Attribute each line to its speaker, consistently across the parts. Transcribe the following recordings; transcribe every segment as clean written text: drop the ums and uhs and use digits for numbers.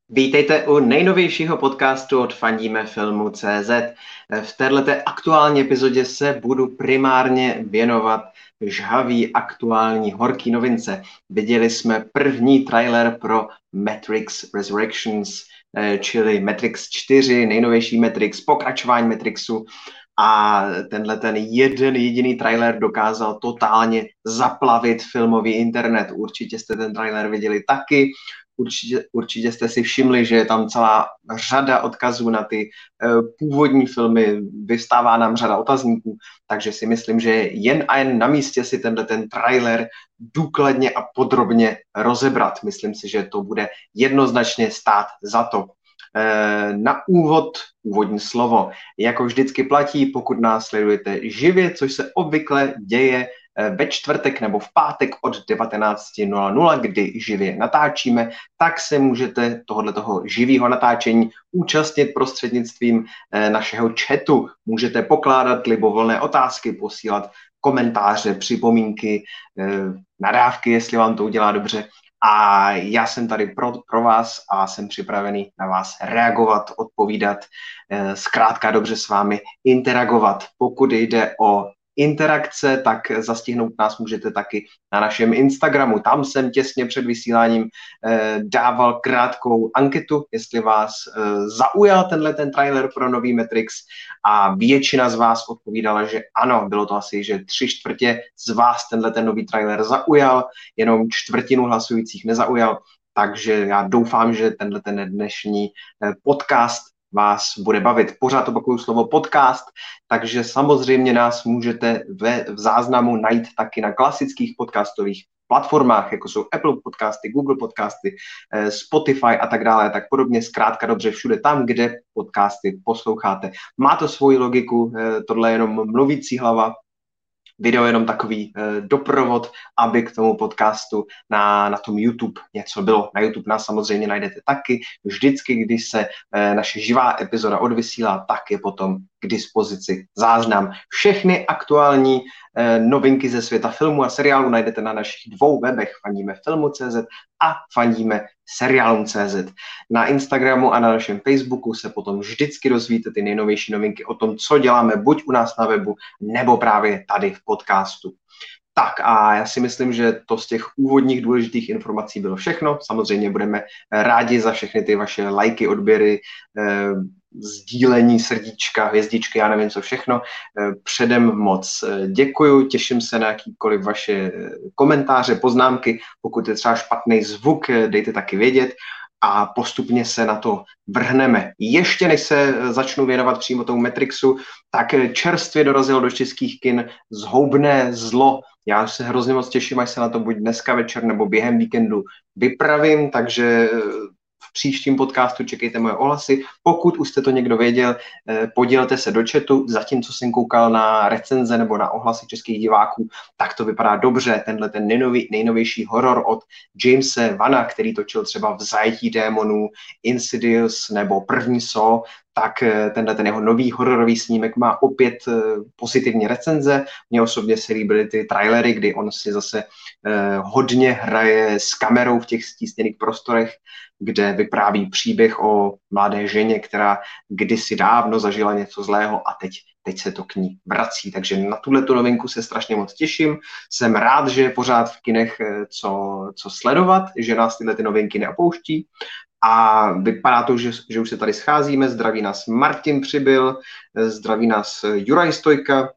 Speaker 1: Vítejte u nejnovějšího podcastu od FandímeFilmu.cz. V této aktuální epizodě se budu primárně věnovat žhavý aktuální horký novince. Viděli jsme první trailer pro Matrix Resurrections, čili Matrix 4, nejnovější Matrix, pokračování Matrixu. A ten jeden jediný trailer dokázal totálně zaplavit filmový internet. Určitě jste ten trailer viděli taky. Určitě jste si všimli, že je tam celá řada odkazů na ty původní filmy, vystává nám řada otazníků, takže si myslím, že je jen a jen na místě si ten trailer důkladně a podrobně rozebrat. Myslím si, že to bude jednoznačně stát za to. Na úvodní slovo. Jako vždycky platí, pokud nás sledujete živě, což se obvykle děje ve čtvrtek nebo v pátek od 19:00, kdy živě natáčíme, tak se můžete tohoto živého natáčení účastnit prostřednictvím našeho chatu. Můžete pokládat libovolné otázky, posílat komentáře, připomínky, nadávky, jestli vám to udělá dobře. A já jsem tady pro vás a jsem připravený na vás reagovat, odpovídat, zkrátka dobře s vámi interagovat. Pokud jde o interakce, tak zastihnout nás můžete taky na našem Instagramu. Tam jsem těsně před vysíláním dával krátkou anketu, jestli vás zaujal ten trailer pro nový Matrix, a většina z vás odpovídala, že ano, bylo to asi, že 3/4 z vás ten nový trailer zaujal, jenom čtvrtinu hlasujících nezaujal, takže já doufám, že ten dnešní podcast vás bude bavit. Pořád opakuju slovo podcast, takže samozřejmě nás můžete v záznamu najít taky na klasických podcastových platformách, jako jsou Apple podcasty, Google podcasty, Spotify a tak dále, tak podobně, zkrátka dobře všude tam, kde podcasty posloucháte. Má to svoji logiku, tohle je jenom mluvící hlava, video je jenom takový doprovod, aby k tomu podcastu na tom YouTube něco bylo. Na YouTube nás samozřejmě najdete taky. Vždycky, když se naše živá epizoda odvysílá, tak je potom k dispozici záznam. Všechny aktuální novinky ze světa filmu a seriálu najdete na našich dvou webech FandímeFilmu.cz a FandímeSeriálům.cz. Na Instagramu a na našem Facebooku se potom vždycky dozvíte ty nejnovější novinky o tom, co děláme buď u nás na webu, nebo právě tady v podcastu. Tak a já si myslím, že to z těch úvodních důležitých informací bylo všechno. Samozřejmě budeme rádi za všechny ty vaše lajky, odběry, sdílení, srdíčka, hvězdičky, já nevím co všechno. Předem moc děkuju, těším se na jakýkoliv vaše komentáře, poznámky. Pokud je třeba špatný zvuk, dejte taky vědět a postupně se na to vrhneme. Ještě než se začnu věnovat přímo tomu Matrixu, tak čerstvě dorazilo do českých kin Zhoubné zlo. Já se hrozně moc těším, až se na to buď dneska večer nebo během víkendu vypravím, takže v příštím podcastu čekejte moje ohlasy. Pokud už jste to někdo věděl, podělte se do chatu. Zatímco jsem koukal na recenze nebo na ohlasy českých diváků, tak to vypadá dobře. Ten nejnovější horor od Jamese Vana, který točil třeba V zajetí démonů, Insidious nebo První Saw, tak ten jeho nový hororový snímek má opět pozitivní recenze. Mně osobně se líbily ty trailery, kdy on si zase hodně hraje s kamerou v těch stísněných prostorech, kde vypráví příběh o mladé ženě, která kdysi dávno zažila něco zlého a teď se to k ní vrací. Takže na tuhletu novinku se strašně moc těším. Jsem rád, že je pořád v kinech co sledovat, že nás tyhle ty novinky neopouští. A vypadá to, že už se tady scházíme. Zdraví nás Martin Přibyl, zdraví nás Juraj Stojka.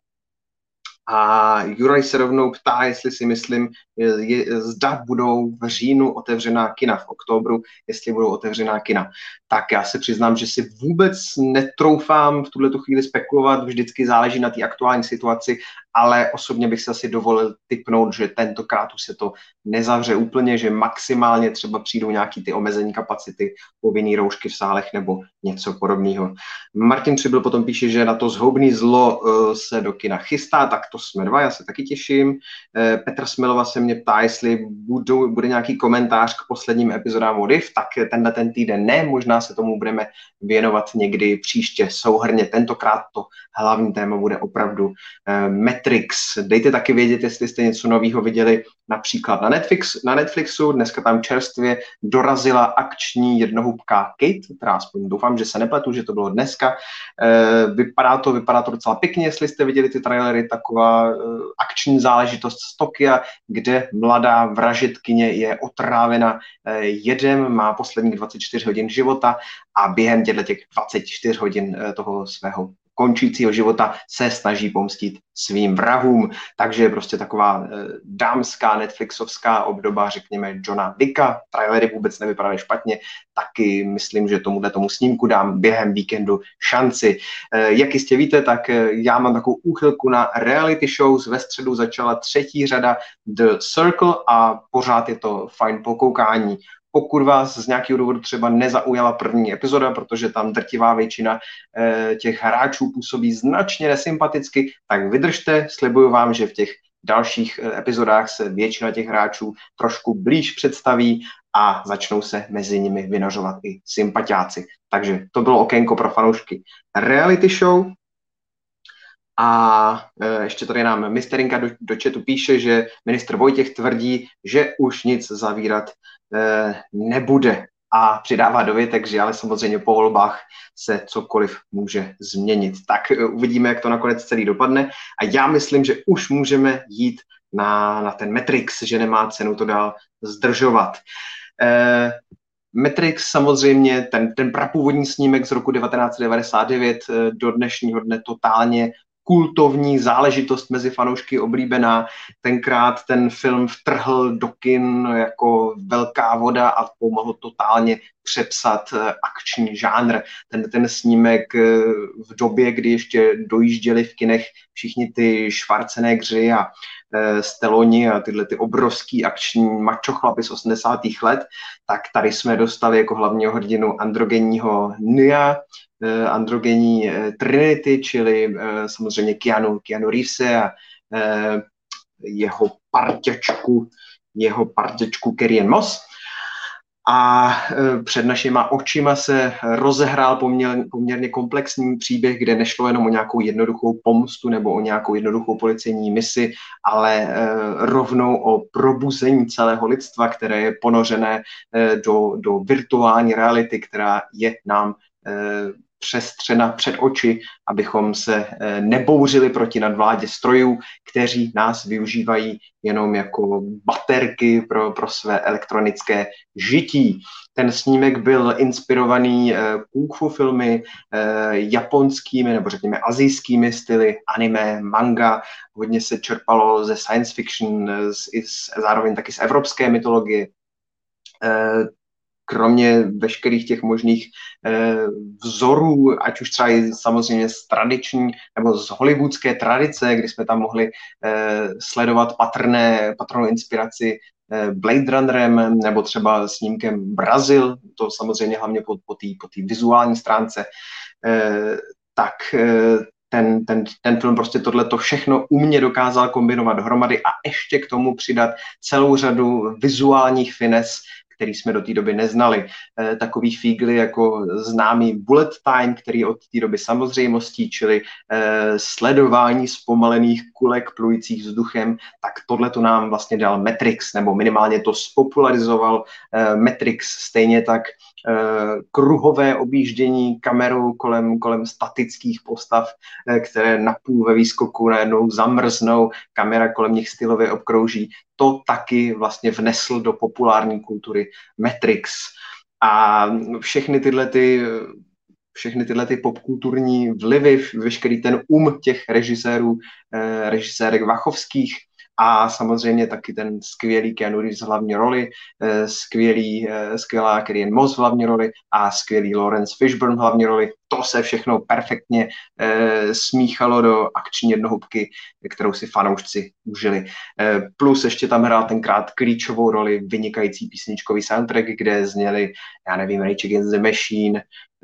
Speaker 1: A Juraj se rovnou ptá, jestli si myslím, zda budou v říjnu otevřená kina, v oktobru, jestli budou otevřená kina. Tak já se přiznám, že si vůbec netroufám v tuhletu chvíli spekulovat, vždycky záleží na té aktuální situaci, ale osobně bych se asi dovolil tipnout, že tentokrát už se to nezavře úplně, že maximálně třeba přijdou nějaký ty omezení kapacity, povinný roušky v sálech nebo něco podobného. Martin Přibyl potom píše, že na to Zhoubný zlo se do kina chystá, tak to jsme dva, já se taky těším. Petra Smelová se mě ptá, jestli bude nějaký komentář k posledním epizodám What If, tak ten týden ne, možná se tomu budeme věnovat někdy příště souhrně. Tentokrát to hlavní téma bude opravdu Matrix. Dejte taky vědět, jestli jste něco nového viděli například na Netflixu. Dneska tam čerstvě dorazila akční jednohubka Kate, která aspoň doufám, že se nepletu, že to bylo dneska. Vypadá to docela pěkně, jestli jste viděli ty trailery, taková akční záležitost z Tokia, kde mladá vražedkyně je otrávena jedem, má posledních 24 hodin života a během těch 24 hodin toho svého končícího života se snaží pomstít svým vrahům. Takže je prostě taková dámská netflixovská obdoba, řekněme, Johna Wicka. Trailery vůbec nevypadaly špatně, taky myslím, že tomu snímku dám během víkendu šanci. Jak jistě víte, tak já mám takovou úchylku na reality shows. Ve středu začala 3. řada The Circle a pořád je to fajn pokoukání. Pokud vás z nějakého důvodu třeba nezaujala první epizoda, protože tam drtivá většina těch hráčů působí značně nesympaticky, tak vydržte, slibuju vám, že v těch dalších epizodách se většina těch hráčů trošku blíž představí a začnou se mezi nimi vynořovat i sympatiáci. Takže to bylo okénko pro fanoušky reality show. A ještě tady nám misterinka do chatu píše, že ministr Vojtěch tvrdí, že už nic zavírat nebude. A přidává dovětek, že ale samozřejmě po volbách se cokoliv může změnit. Tak uvidíme, jak to nakonec celý dopadne. A já myslím, že už můžeme jít na ten Matrix, že nemá cenu to dál zdržovat. Matrix samozřejmě, ten prapůvodní snímek z roku 1999 do dnešního dne totálně kultovní záležitost mezi fanoušky oblíbená. Tenkrát ten film vtrhl do kin jako velká voda a pomohl totálně přepsat akční žánr. Ten snímek v době, kdy ještě dojížděli v kinech všichni ty Schwarzeneggři a Stalloni a tyhle ty obrovský akční mačochlapy z 80. let, tak tady jsme dostali jako hlavního hrdinu androgenního Nea, androgenní Trinity, čili samozřejmě Keanu Reevese a jeho parťačku Carrie-Anne Moss. A před našima očima se rozehrál poměrně komplexní příběh, kde nešlo jenom o nějakou jednoduchou pomstu nebo o nějakou jednoduchou policejní misi, ale rovnou o probuzení celého lidstva, které je ponořené do virtuální reality, která je nám přestřena před oči, abychom se nebouřili proti nadvládě strojů, kteří nás využívají jenom jako baterky pro své elektronické žití. Ten snímek byl inspirovaný kung fu filmy, japonskými nebo řekněme asijskými styly, anime, manga. Hodně se čerpalo ze science fiction, zároveň taky z evropské mytologie. Kromě veškerých těch možných vzorů, ať už třeba i samozřejmě z tradiční nebo z hollywoodské tradice, kdy jsme tam mohli sledovat patrnou inspiraci Blade Runnerem nebo třeba snímkem Brazil, to samozřejmě hlavně po té vizuální stránce, tak ten film prostě tohleto všechno umě dokázal kombinovat dohromady a ještě k tomu přidat celou řadu vizuálních fines, který jsme do té doby neznali. Takový fígly jako známý bullet time, který od té doby samozřejmostí, čili sledování zpomalených kulek plujících vzduchem, tak tohle to nám vlastně dal Matrix, nebo minimálně to spopularizoval Matrix, stejně tak kruhové objíždění kamerou kolem statických postav, které napůl ve výskoku najednou zamrznou, kamera kolem nich stylově obkrouží. To taky vlastně vnesl do populární kultury Matrix. A všechny tyhle ty popkulturní vlivy, veškerý ten těch režisérek Wachowských a samozřejmě taky ten skvělý Keanu Reeves v hlavní roli, skvělá Carrie-Anne Moss v hlavní roli a skvělý Lawrence Fishburne v hlavní roli. To se všechno perfektně smíchalo do akční jednohubky, kterou si fanoušci užili. Plus ještě tam hrál tenkrát klíčovou roli vynikající písničkový soundtrack, kde zněli, já nevím, Rage Against the Machine,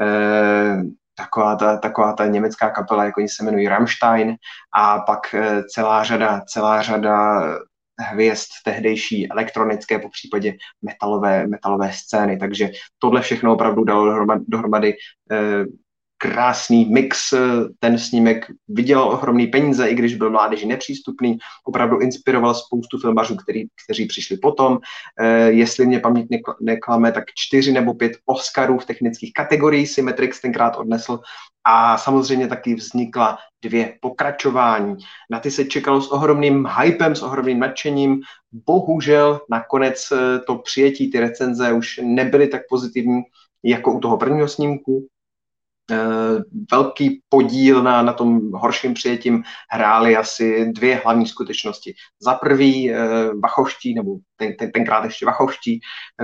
Speaker 1: taková ta německá kapela, jako oni se jmenují Rammstein, a pak celá řada hvězd tehdejší elektronické, popřípadě metalové scény. Takže tohle všechno opravdu dalo dohromady krásný mix. Ten snímek vydělal ohromný peníze, i když byl mládeži nepřístupný. Opravdu inspiroval spoustu filmařů, kteří přišli potom. Jestli mě paměť neklame, tak 4 nebo 5 Oscarů v technických kategoriích si Matrix tenkrát odnesl. A samozřejmě taky vznikla 2 pokračování. Na ty se čekalo s ohromným hypem, s ohromným nadšením. Bohužel nakonec to přijetí, ty recenze už nebyly tak pozitivní jako u toho prvního snímku. Velký podíl na tom horším přijetím hrály asi 2 hlavní skutečnosti. Za prvý Wachowští, nebo tenkrát ještě Wachowští,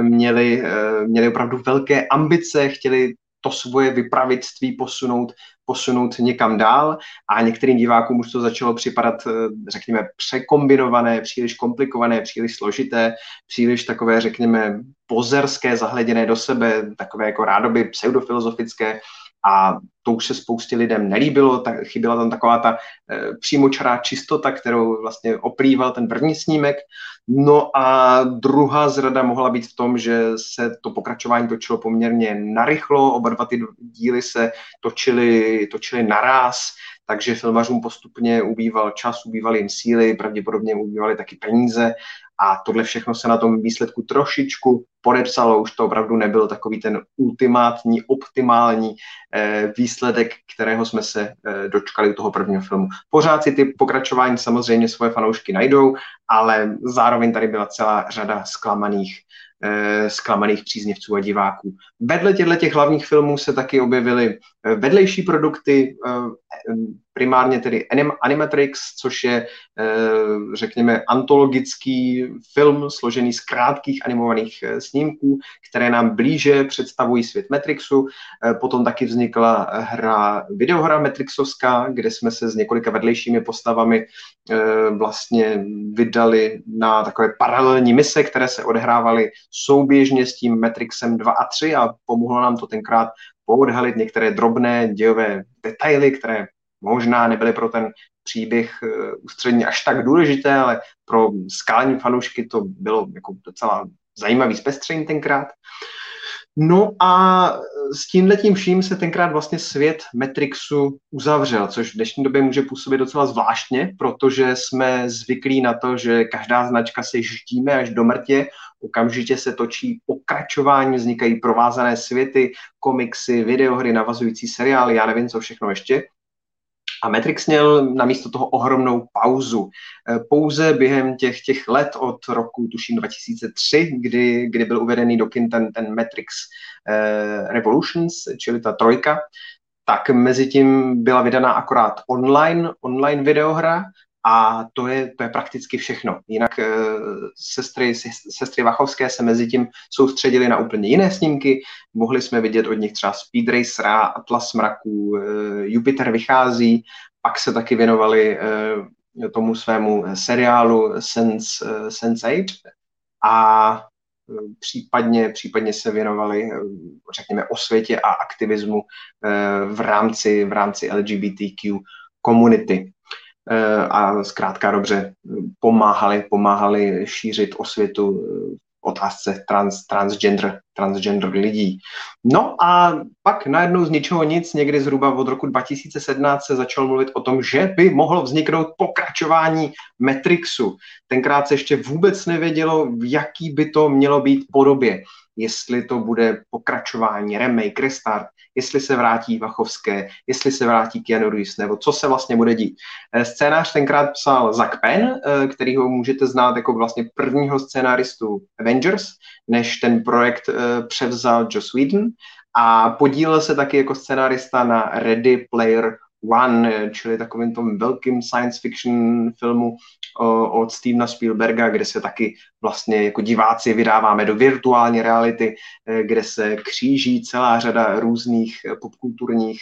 Speaker 1: měli opravdu velké ambice, chtěli to svoje vypravictví posunout někam dál a některým divákům už to začalo připadat, řekněme, překombinované, příliš komplikované, příliš složité, příliš takové, řekněme, pozerské, zahleděné do sebe, takové jako rádoby pseudofilozofické. A to už se spoustě lidem nelíbilo, chyběla tam taková ta přímočará čistota, kterou vlastně oplýval ten první snímek. No a druhá zrada mohla být v tom, že se to pokračování točilo poměrně narychlo, oba 2 ty díly se točily naráz, takže filmařům postupně ubýval čas, ubývaly jim síly, pravděpodobně ubývaly taky peníze a tohle všechno se na tom výsledku trošičku podepsalo, už to opravdu nebyl takový ten ultimátní, optimální výsledek, kterého jsme se dočkali u toho prvního filmu. Pořád si ty pokračování samozřejmě svoje fanoušky najdou, ale zároveň tady byla celá řada zklamaných příznivců a diváků. Vedle těch hlavních filmů se taky objevily vedlejší produkty, primárně tedy Animatrix, což je, řekněme, antologický film složený z krátkých animovaných snímků, které nám blíže představují svět Matrixu. Potom taky vznikla videohra Matrixovská, kde jsme se s několika vedlejšími postavami vlastně vydali na takové paralelní mise, které se odehrávaly souběžně s tím Matrixem 2 a 3 a pomohlo nám to tenkrát poodhalit některé drobné dějové detaily, které možná nebyly pro ten příběh ústředně až tak důležité, ale pro skalní fanoušky to bylo jako docela zajímavý zpestření tenkrát. No a s tímhletím vším se tenkrát vlastně svět Matrixu uzavřel, což v dnešní době může působit docela zvláštně, protože jsme zvyklí na to, že každá značka se ždíme až do mrtě, okamžitě se točí pokračování, vznikají provázané světy, komiksy, videohry, navazující seriály, já nevím, co všechno ještě. A Matrix měl namísto toho ohromnou pauzu. Pouze během těch let od roku, tuším 2003, kdy byl uvedený do kin ten Matrix Revolutions, čili ta 3, tak mezi tím byla vydaná akorát online videohra a to je prakticky všechno. Jinak sestry Wachowské se mezi tím soustředily na úplně jiné snímky. Mohli jsme vidět od nich třeba Speed Racera, Atlas mraků, Jupiter vychází, pak se taky věnovali tomu svému seriálu Sense8 a případně se věnovali, řekněme, osvětě a aktivismu v rámci LGBTQ komunity. A zkrátka dobře pomáhali šířit osvětu v otázce transgender lidí. No a pak najednou z ničeho nic, někdy zhruba od roku 2017 se začalo mluvit o tom, že by mohlo vzniknout pokračování Matrixu. Tenkrát se ještě vůbec nevědělo, v jaký by to mělo být podobě. Jestli to bude pokračování, remake, restart, jestli se vrátí Wachowské, jestli se vrátí Keanu Reeves, nebo co se vlastně bude dít. Scénář tenkrát psal Zack Penn, kterýho můžete znát jako vlastně prvního scénáristu Avengers, než ten projekt převzal Joss Whedon a podílel se taky jako scénárista na Ready Player One, čili takovým tom velkým science fiction filmu od Stevena Spielberga, kde se taky vlastně jako diváci vydáváme do virtuální reality, kde se kříží celá řada různých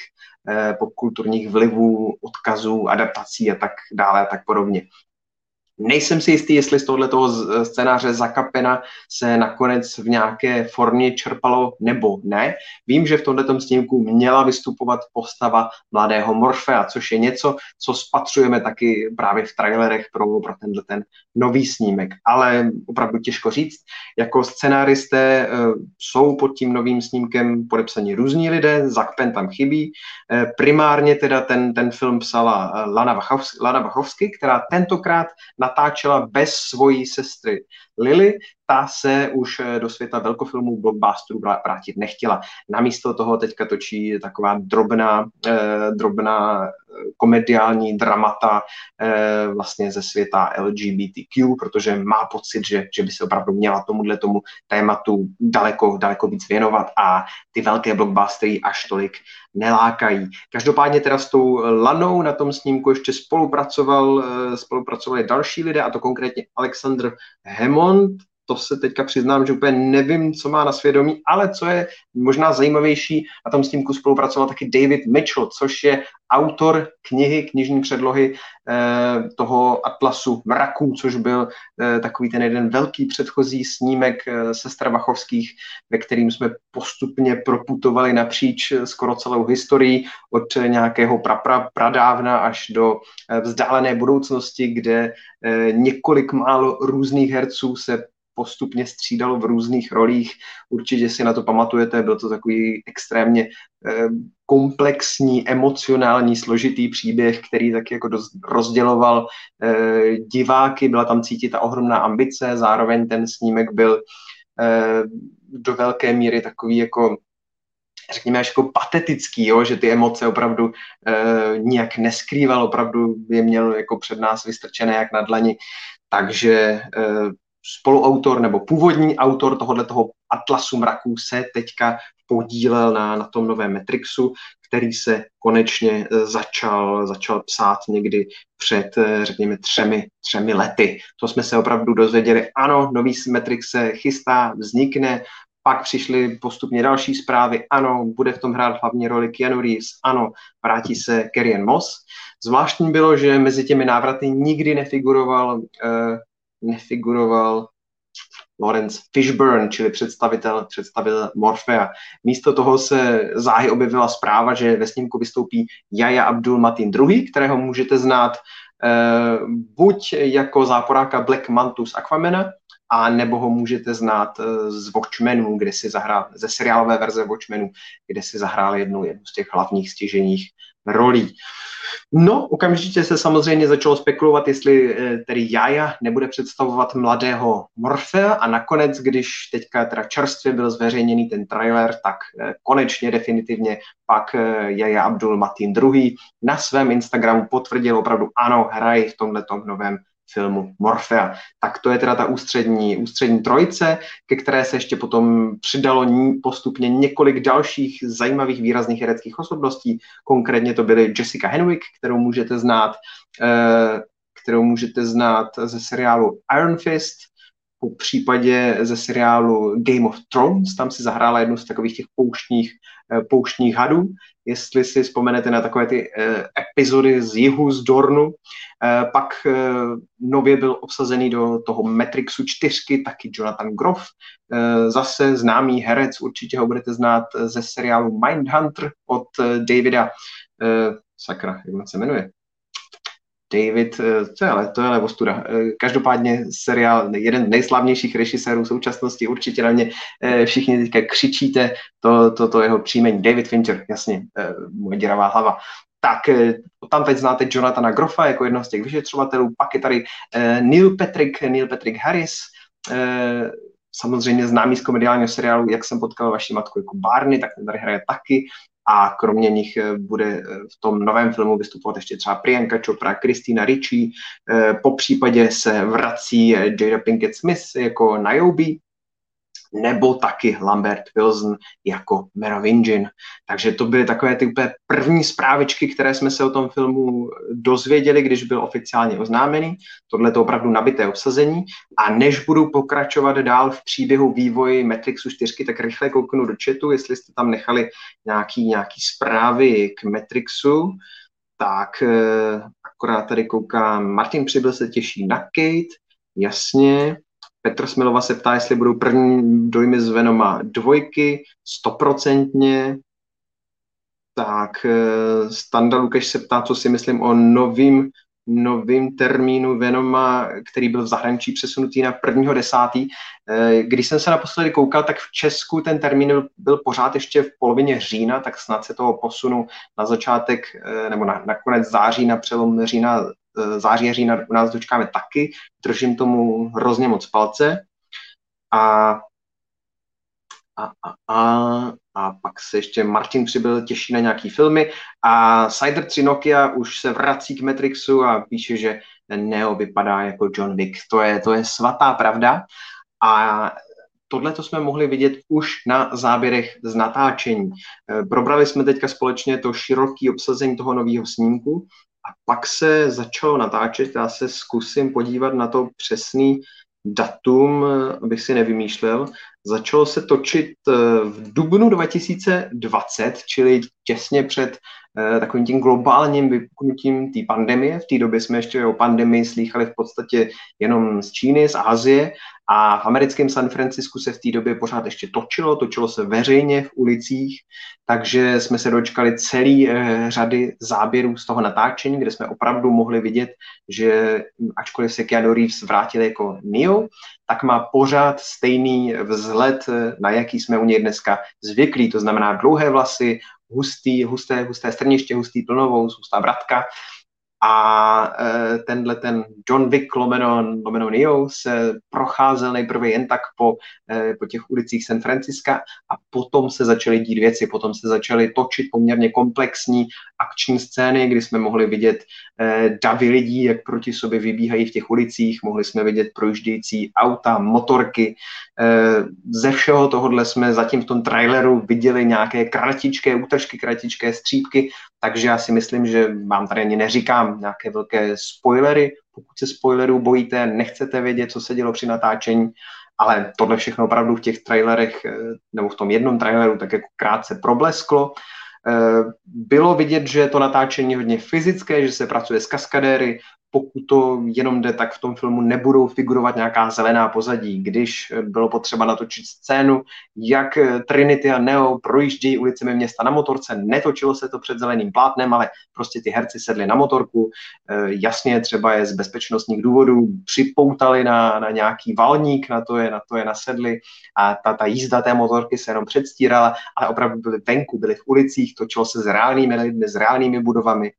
Speaker 1: popkulturních vlivů, odkazů, adaptací a tak dále a tak podobně. Nejsem si jistý, jestli z tohoto scénáře Zakapena se nakonec v nějaké formě čerpalo nebo ne. Vím, že v tomto snímku měla vystupovat postava mladého Morfea, což je něco, co spatřujeme taky právě v trailerech pro ten nový snímek. Ale opravdu těžko říct. Jako scenáristé jsou pod tím novým snímkem podepsaní různí lidé, Zakpen tam chybí. Primárně teda ten film psala Lana Wachowski, která tentokrát natáčela bez svojí sestry Lily, ta se už do světa velkofilmů blockbusterů vrátit nechtěla. Namísto toho teďka točí taková drobná komediální dramata vlastně ze světa LGBTQ, protože má pocit, že by se opravdu měla tomu tématu daleko víc věnovat a ty velké blockbustery až tolik nelákají. Každopádně teda s tou Lanou na tom snímku ještě spolupracovali další lidé, a to konkrétně Alexander Hammond. To se teďka přiznám, že úplně nevím, co má na svědomí, ale co je možná zajímavější, na tom snímku spolupracoval taky David Mitchell, což je autor knižní předlohy toho Atlasu mraků, což byl takový ten jeden velký předchozí snímek sester Wachowských, ve kterým jsme postupně proputovali napříč skoro celou historii od nějakého pradávna až do vzdálené budoucnosti, kde několik málo různých herců se postupně střídalo v různých rolích. Určitě si na to pamatujete, byl to takový extrémně komplexní, emocionální, složitý příběh, který taky jako rozděloval diváky, byla tam cítit ta ohromná ambice, zároveň ten snímek byl do velké míry takový jako řekněme až jako patetický, jo? Že ty emoce opravdu nijak neskrýval, opravdu je měl jako před nás vystrčené jak na dlani, takže spoluautor nebo původní autor tohoto Atlasu mraků se teďka podílel na tom novém Matrixu, který se konečně začal psát někdy před, řekněme, třemi lety. To jsme se opravdu dozvěděli. Ano, nový Matrix se chystá, vznikne, pak přišly postupně další zprávy. Ano, bude v tom hrát hlavní roli Keanu Reeves. Ano, vrátí se Carrie-Anne Moss. Zvláštní bylo, že mezi těmi návraty nikdy nefiguroval Lawrence Fishburne, čili představitel Morfea. Místo toho se záhy objevila zpráva, že ve snímku vystoupí Yahya Abdul-Mateen II., kterého můžete znát buď jako záporáka Black Mantu z Aquamana, a nebo ho můžete znát z Watchmenů, kde si zahrál, ze seriálové verze Watchmenů, kde si zahrál jednu z těch hlavních stěžejních rolí. No, okamžitě se samozřejmě začalo spekulovat, jestli tedy Yahya nebude představovat mladého Morfea, a nakonec, když teďka teda čerstvě byl zveřejněný ten trailer, tak konečně definitivně pak Yahya Abdul-Mateen II. Na svém Instagramu potvrdil opravdu ano, hraje v tomhletom novém filmu Morfea. Tak to je teda ta ústřední trojice, ke které se ještě potom přidalo postupně několik dalších zajímavých výrazných hereckých osobností. Konkrétně to byly Jessica Henwick, kterou můžete znát ze seriálu Iron Fist, po případě ze seriálu Game of Thrones, tam si zahrála jednu z takových těch pouštních hadů, jestli si vzpomenete na takové ty epizody z jihu, z Dornu. Pak nově byl obsazený do toho Matrixu 4 taky Jonathan Groff, zase známý herec, určitě ho budete znát ze seriálu Mindhunter od Davida, jak se jmenuje? David, to je ostuda. Každopádně seriál, jeden z nejslavnějších režisérů současnosti, určitě na mě všichni teďka křičíte to jeho příjmení. David Fincher, jasně, moje děravá hlava. Tak tam teď znáte Jonathana Groffa jako jednoho z těch vyšetřovatelů, pak je tady Neil Patrick Harris, samozřejmě známý z komediálního seriálu Jak jsem potkal vaši matku jako Barney, tak ten tady hraje taky. A kromě nich bude v tom novém filmu vystupovat ještě třeba Priyanka Chopra, Christina Ricci, po případě se vrací Jada Pinkett Smith jako Niobe, nebo taky Lambert Wilson jako Merovingin. Takže to byly takové ty úplně první zprávičky, které jsme se o tom filmu dozvěděli, když byl oficiálně oznámený. Tohle je to opravdu nabité obsazení. A než budu pokračovat dál v příběhu vývoji Matrixu 4, tak rychle kouknu do chatu, jestli jste tam nechali nějaký zprávy k Matrixu. Tak, akorát tady koukám, Martin Přibyl se těší na Kate, jasně. Petr Smilova se ptá, jestli budou první dojmy z Venoma 2, 100%. Tak, Standa Lukáš se ptá, co si myslím o novým termínu Venoma, který byl v zahraničí přesunutý na 1.10. Když jsem se naposledy koukal, tak v Česku ten termín byl pořád ještě v polovině října, tak snad se toho posunu na začátek, nebo na konec září, na přelom září a října u nás dočkáme taky. Držím tomu hrozně moc palce. A pak se ještě Martin Přibyl těší na nějaký filmy a Cider 3 Nokia už se vrací k Matrixu a píše, že Neo vypadá jako John Wick. To je svatá pravda a tohle to jsme mohli vidět už na záběrech z natáčení. Probrali jsme teďka společně to široké obsazení toho nového snímku a pak se začalo natáčet. Já se zkusím podívat na to přesný datum, abych si nevymýšlel. Začalo se točit v dubnu 2020, čili těsně před takovým tím globálním vypuknutím té pandemie. V té době jsme ještě o pandemii slýchali v podstatě jenom z Číny, z Asie a v americkém San Francisku se v té době pořád ještě točilo se veřejně v ulicích, takže jsme se dočkali celý řady záběrů z toho natáčení, kde jsme opravdu mohli vidět, že ačkoliv se Keanu Reeves vrátil jako Neo, tak má pořád stejný vzhled, na jaký jsme u něj dneska zvyklí, to znamená dlouhé vlasy, husté strniště, hustý plnovous, hustá bratka. A ten John Wick lomeno Neo se procházel nejprve jen tak po těch ulicích San Francisca a potom se začaly dít věci, potom se začaly točit poměrně komplexní akční scény, kdy jsme mohli vidět davy lidí, jak proti sobě vybíhají v těch ulicích, mohli jsme vidět projíždějící auta, motorky. Ze všeho tohohle jsme zatím v tom traileru viděli nějaké kratičké střípky, takže já si myslím, že vám tady ani neříkám nějaké velké spoilery. Pokud se spoilerů bojíte, nechcete vědět, co se dělo při natáčení, ale tohle všechno opravdu v těch trailerech, nebo v tom jednom traileru, tak jako krátce problesklo. Bylo vidět, že to natáčení je hodně fyzické, že se pracuje s kaskadéry. Pokud to jenom jde, tak v tom filmu nebudou figurovat nějaká zelená pozadí. Když bylo potřeba natočit scénu, jak Trinity a Neo projíždějí ulicemi města na motorce, netočilo se to před zeleným plátnem, ale prostě ty herci sedli na motorku, jasně třeba je z bezpečnostních důvodů připoutali na nějaký valník, na to je nasedli a ta jízda té motorky se jenom předstírala, ale opravdu byli venku, byli v ulicích, točilo se s reálnými lidmi, s reálnými budovami.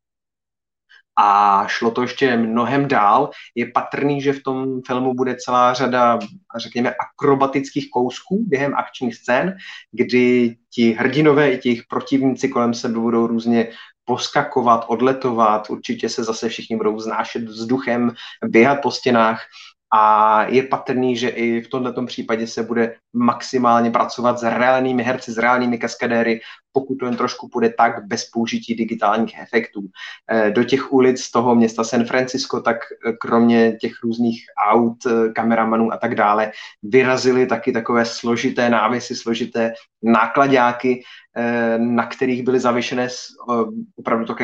Speaker 1: A šlo to ještě mnohem dál. Je patrný, že v tom filmu bude celá řada, řekněme, akrobatických kousků během akčních scén, kdy ti hrdinové i ti jejich protivníci kolem sebe budou různě poskakovat, odletovat, určitě se zase všichni budou vznášet vzduchem, běhat po stěnách. A je patrný, že i v tomto případě se bude maximálně pracovat s reálnými herci, s reálnými kaskadéry, pokud to jen trošku půjde tak bez použití digitálních efektů. Do těch ulic toho města San Francisco, tak kromě těch různých aut, kameramanů a tak dále, vyrazily taky takové složité návěsy, složité nákladáky, na kterých byly zavěšené opravdu také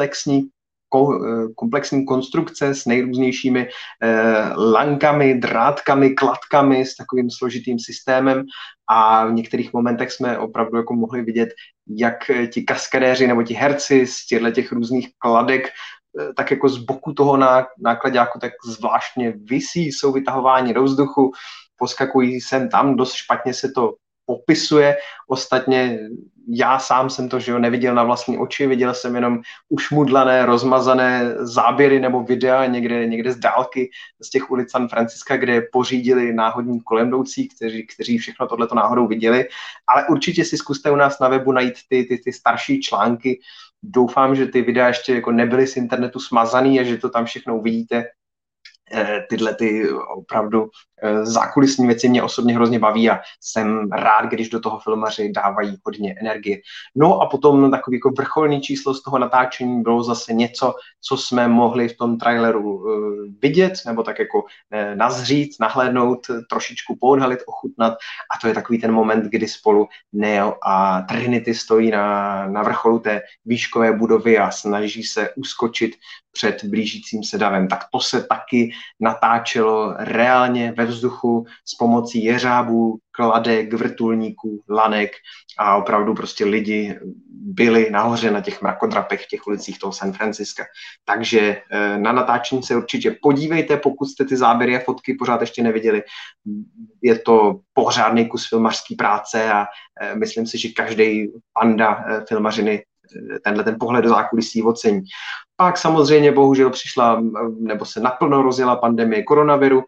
Speaker 1: komplexní konstrukce s nejrůznějšími lankami, drátkami, kladkami, s takovým složitým systémem a v některých momentech jsme opravdu jako mohli vidět, jak ti kaskadéři nebo ti herci z těch různých kladek tak jako z boku toho nákladáku tak zvláštně visí, jsou vytahováni do vzduchu, poskakují sem tam, dost špatně se to popisuje. Ostatně já sám jsem to neviděl na vlastní oči, viděl jsem jenom ušmudlané, rozmazané záběry nebo videa někde z dálky z těch ulic San Francisca, kde pořídili náhodní kolemjdoucí, kteří všechno tohleto náhodou viděli. Ale určitě si zkuste u nás na webu najít ty starší články. Doufám, že ty videa ještě jako nebyly z internetu smazaný a že to tam všechno uvidíte. tyhle ty opravdu zákulisní věci mě osobně hrozně baví a jsem rád, když do toho filmaři dávají hodně energie. No a potom takový jako vrcholný číslo z toho natáčení bylo zase něco, co jsme mohli v tom traileru vidět, nebo tak jako nazřít, nahlédnout, trošičku poodhalit, ochutnat, a to je takový ten moment, kdy spolu Neo a Trinity stojí na vrcholu té výškové budovy a snaží se uskočit před blížícím se davem. Tak to se taky natáčelo reálně ve vzduchu s pomocí jeřábů, kladek, vrtulníků, lanek a opravdu prostě lidi byli nahoře na těch mrakodrapech v těch ulicích toho San Francisca. Takže na natáčení se určitě podívejte, pokud jste ty záběry a fotky pořád ještě neviděli. Je to pořádný kus filmařský práce a myslím si, že každý panda filmařiny tenhle ten pohled do zákulisí ocení. Pak samozřejmě bohužel přišla, nebo se naplno rozjela pandemie koronaviru.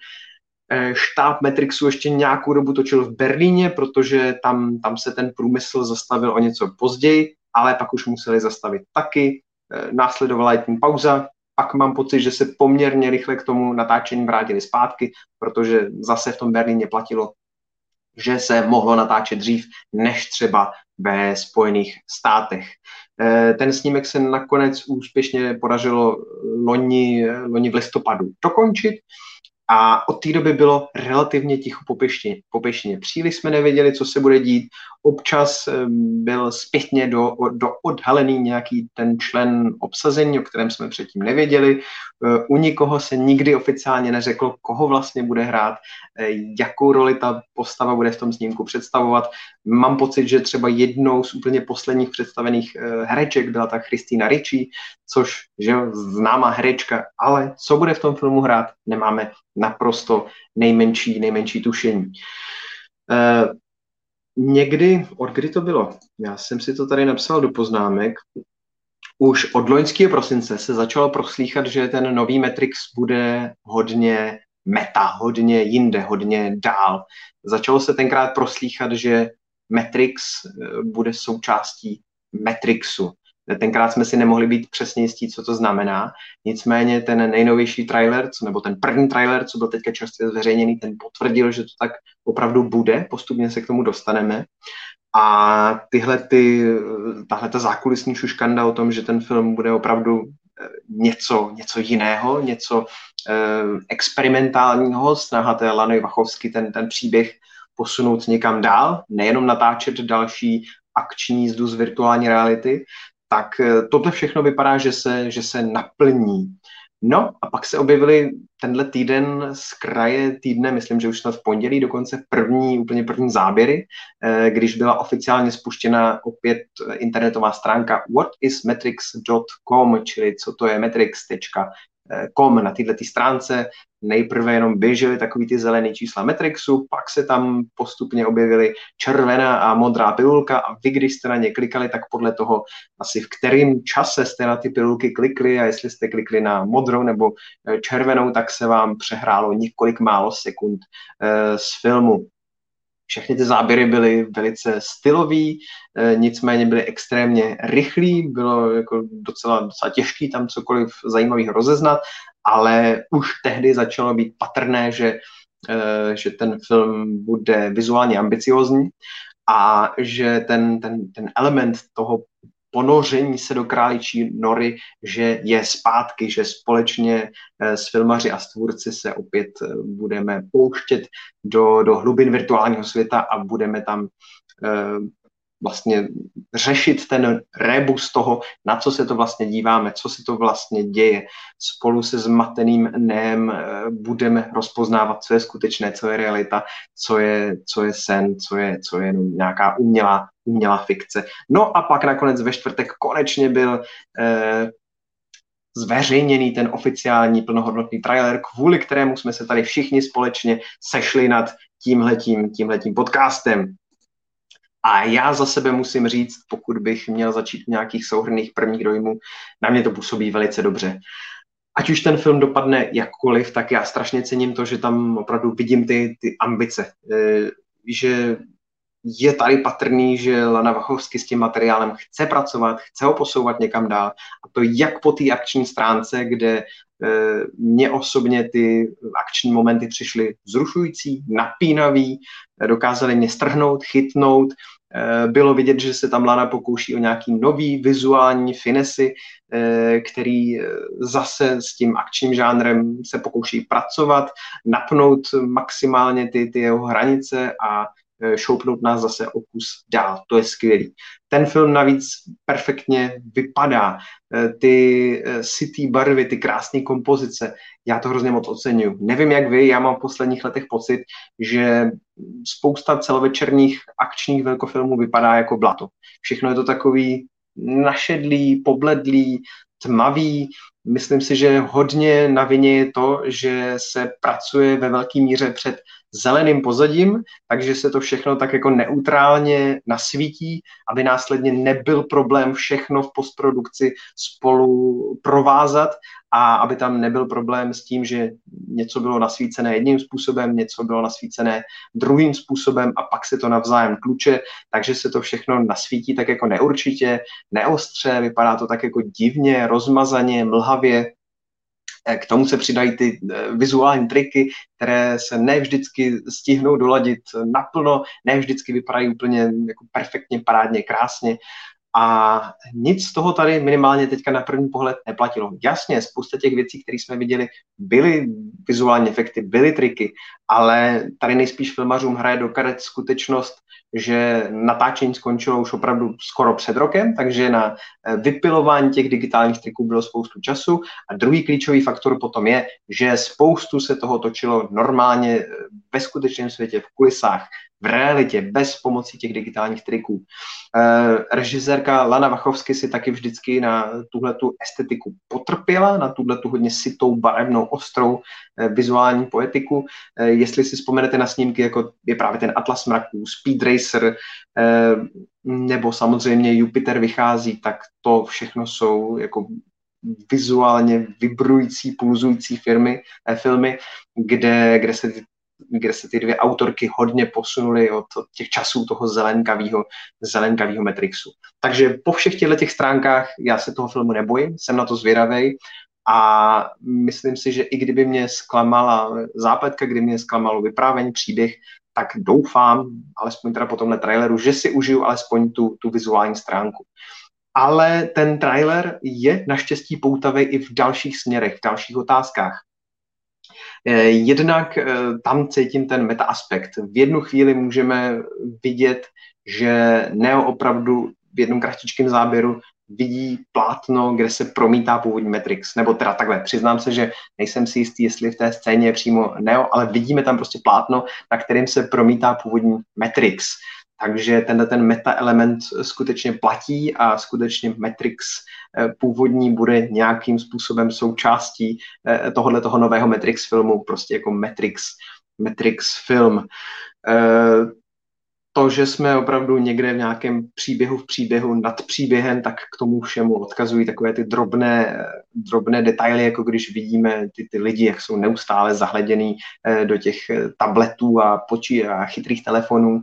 Speaker 1: Štáb Matrixu ještě nějakou dobu točil v Berlíně, protože tam se ten průmysl zastavil o něco později, ale pak už museli zastavit taky. Následovala letní pauza, pak mám pocit, že se poměrně rychle k tomu natáčení vrátili zpátky, protože zase v tom Berlíně platilo, že se mohlo natáčet dřív než třeba ve Spojených státech. Ten snímek se nakonec úspěšně podařilo loni v listopadu dokončit a od té doby bylo relativně ticho po pěšině. Příliš jsme nevěděli, co se bude dít. Občas byl zpětně do odhalený nějaký ten člen obsazení, o kterém jsme předtím nevěděli. U nikoho se nikdy oficiálně neřeklo, koho vlastně bude hrát, jakou roli ta postava bude v tom snímku představovat. Mám pocit, že třeba jednou z úplně posledních představených hereček byla ta Christina Ricci, což že známá herečka, ale co bude v tom filmu hrát, nemáme naprosto nejmenší tušení. Někdy, od kdy to bylo? Já jsem si to tady napsal do poznámek. Už od loňského prosince se začalo proslýchat, že ten nový Matrix bude hodně meta, hodně jinde, hodně dál. Začalo se tenkrát proslýchat, že Matrix bude součástí Matrixu. Tenkrát jsme si nemohli být přesně jistí, co to znamená. Nicméně ten nejnovější trailer, nebo ten první trailer, co byl teďka čerstvě zveřejněný, ten potvrdil, že to tak opravdu bude. Postupně se k tomu dostaneme. A tahle ta zákulisní šuškanda o tom, že ten film bude opravdu něco jiného, něco experimentálního, snaha té Lany Wachowski ten příběh posunout někam dál, nejenom natáčet další akční jízdu z virtuální reality, tak tohle všechno vypadá, že se naplní. No a pak se objevily tenhle týden z kraje týdne, myslím, že už snad v pondělí, dokonce úplně první záběry, když byla oficiálně spuštěna opět internetová stránka whatismatrix.com, čili co to je matrix.com. Na této stránce nejprve jenom běžely takový ty zelený čísla Matrixu, pak se tam postupně objevily červená a modrá pilulka a vy, když jste na ně klikali, tak podle toho asi v kterém čase jste na ty pilulky klikli a jestli jste klikli na modrou nebo červenou, tak se vám přehrálo několik málo sekund z filmu. Všechny ty záběry byly velice stylový, nicméně byly extrémně rychlý, bylo jako docela těžký tam cokoliv zajímavého rozeznat, ale už tehdy začalo být patrné, že ten film bude vizuálně ambiciózní a že ten element toho ponoření se do králičí nory, že je zpátky, že společně s filmaři a s tvůrci se opět budeme pouštět do hlubin virtuálního světa a budeme tam vlastně řešit ten rébus toho, na co se to vlastně díváme, co se to vlastně děje. Spolu se zmateným Neem budeme rozpoznávat, co je skutečné, co je realita, co je sen, co je jenom nějaká umělá fikce. No a pak nakonec ve čtvrtek konečně byl zveřejněný ten oficiální plnohodnotný trailer, kvůli kterému jsme se tady všichni společně sešli nad tímhletím podcastem. A já za sebe musím říct, pokud bych měl začít v nějakých souhrnných prvních dojmů, na mě to působí velice dobře. Ať už ten film dopadne jakkoliv, tak já strašně cením to, že tam opravdu vidím ty ambice. Že je tady patrný, že Lana Wachowski s tím materiálem chce pracovat, chce ho posouvat někam dál. A to jak po té akční stránce, kde Mně osobně ty akční momenty přišly vzrušující, napínavý, dokázali mě strhnout, chytnout. Bylo vidět, že se tam Lana pokouší o nějaký nový vizuální finesy, který zase s tím akčním žánrem se pokouší pracovat, napnout maximálně ty jeho hranice a šoupnout nás zase o kus dál. To je skvělý. Ten film navíc perfektně vypadá. Ty sytý barvy, ty krásné kompozice, já to hrozně moc oceňuju. Nevím, jak vy, já mám v posledních letech pocit, že spousta celovečerních akčních velkofilmů vypadá jako blato. Všechno je to takový našedlý, pobledlý, tmavý. Myslím si, že hodně na vině je to, že se pracuje ve velké míře před zeleným pozadím, takže se to všechno tak jako neutrálně nasvítí, aby následně nebyl problém všechno v postprodukci spolu provázat a aby tam nebyl problém s tím, že něco bylo nasvícené jedním způsobem, něco bylo nasvícené druhým způsobem a pak se to navzájem tluče, takže se to všechno nasvítí tak jako neurčitě, neostře, vypadá to tak jako divně, rozmazaně, mlhavě. K tomu se přidají ty vizuální triky, které se ne vždycky stihnou doladit naplno, ne vždycky vypadají úplně jako perfektně, parádně, krásně. A nic z toho tady minimálně teďka na první pohled neplatilo. Jasně, spousta těch věcí, které jsme viděli, byly vizuální efekty, byly triky, ale tady nejspíš filmařům hraje do karet skutečnost, že natáčení skončilo už opravdu skoro před rokem, takže na vypilování těch digitálních triků bylo spoustu času. A druhý klíčový faktor potom je, že spoustu se toho točilo normálně ve skutečném světě, v kulisách, v realitě, bez pomocí těch digitálních triků. Režisérka Lana Wachowski si taky vždycky na tuhletu estetiku potrpěla, na tuhletu hodně sytou, barevnou, ostrou vizuální poetiku. Jestli si vzpomenete na snímky, jako je právě ten Atlas mraků, Speed Racer, nebo samozřejmě Jupiter vychází, tak to všechno jsou jako vizuálně vybrující, pulzující filmy, kde se ty dvě autorky hodně posunuly od těch časů toho zelenkavýho Matrixu. Takže po všech těch stránkách já se toho filmu nebojím, jsem na to zvědavej a myslím si, že i kdyby mě zklamala zápletka, kdyby mě zklamalo vyprávění, příběh, tak doufám, alespoň teda po tomhle traileru, že si užiju alespoň tu vizuální stránku. Ale ten trailer je naštěstí poutavý i v dalších směrech, v dalších otázkách. Jednak tam cítím ten meta aspekt. V jednu chvíli můžeme vidět, že Neo opravdu v jednom kratičkém záběru vidí plátno, kde se promítá původní Matrix. Nebo teda takhle, přiznám se, že nejsem si jistý, jestli v té scéně je přímo Neo, ale vidíme tam prostě plátno, na kterým se promítá původní Matrix. Takže ten meta element skutečně platí a skutečně Matrix původní bude nějakým způsobem součástí toho nového Matrix filmu, prostě jako Matrix film. To, že jsme opravdu někde v nějakém příběhu nad příběhem, tak k tomu všemu odkazují takové ty drobné detaily, jako když vidíme ty lidi, jak jsou neustále zahleděný do těch tabletů a chytrých telefonů.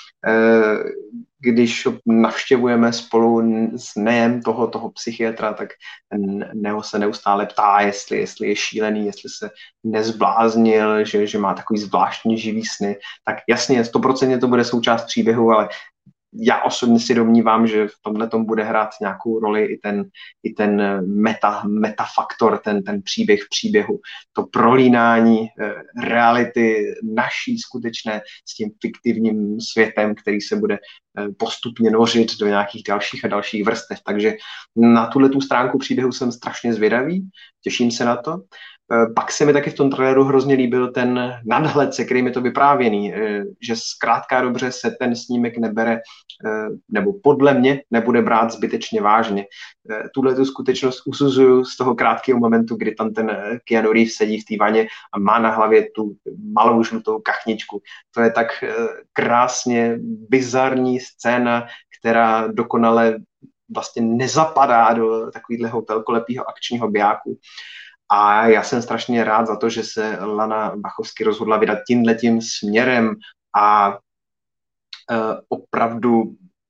Speaker 1: Když navštěvujeme spolu s Neem toho psychiatra, tak Neo se neustále ptá, jestli je šílený, jestli se nezbláznil, že má takový zvláštní živý sny. Tak jasně, 100% to bude součást příběhu, ale já osobně si domnívám, že v tomhletom bude hrát nějakou roli i ten metafaktor, ten příběh v příběhu. To prolínání reality naší skutečné s tím fiktivním světem, který se bude postupně nořit do nějakých dalších a dalších vrstev. Takže na tuhletu stránku příběhu jsem strašně zvědavý, těším se na to. Pak se mi taky v tom traileru hrozně líbil ten nadhled, se kterým je to vyprávěný, že zkrátka dobře se ten snímek nebere, nebo podle mě nebude brát zbytečně vážně. Tuhletu skutečnost usuzuju z toho krátkého momentu, kdy tam ten Keanu Reeves sedí v té vaně a má na hlavě tu malou žlutou kachničku. To je tak krásně bizarní scéna, která dokonale vlastně nezapadá do takového velkolepého akčního bijáku. A já jsem strašně rád za to, že se Lana Wachowski rozhodla vydat tímhletím směrem a opravdu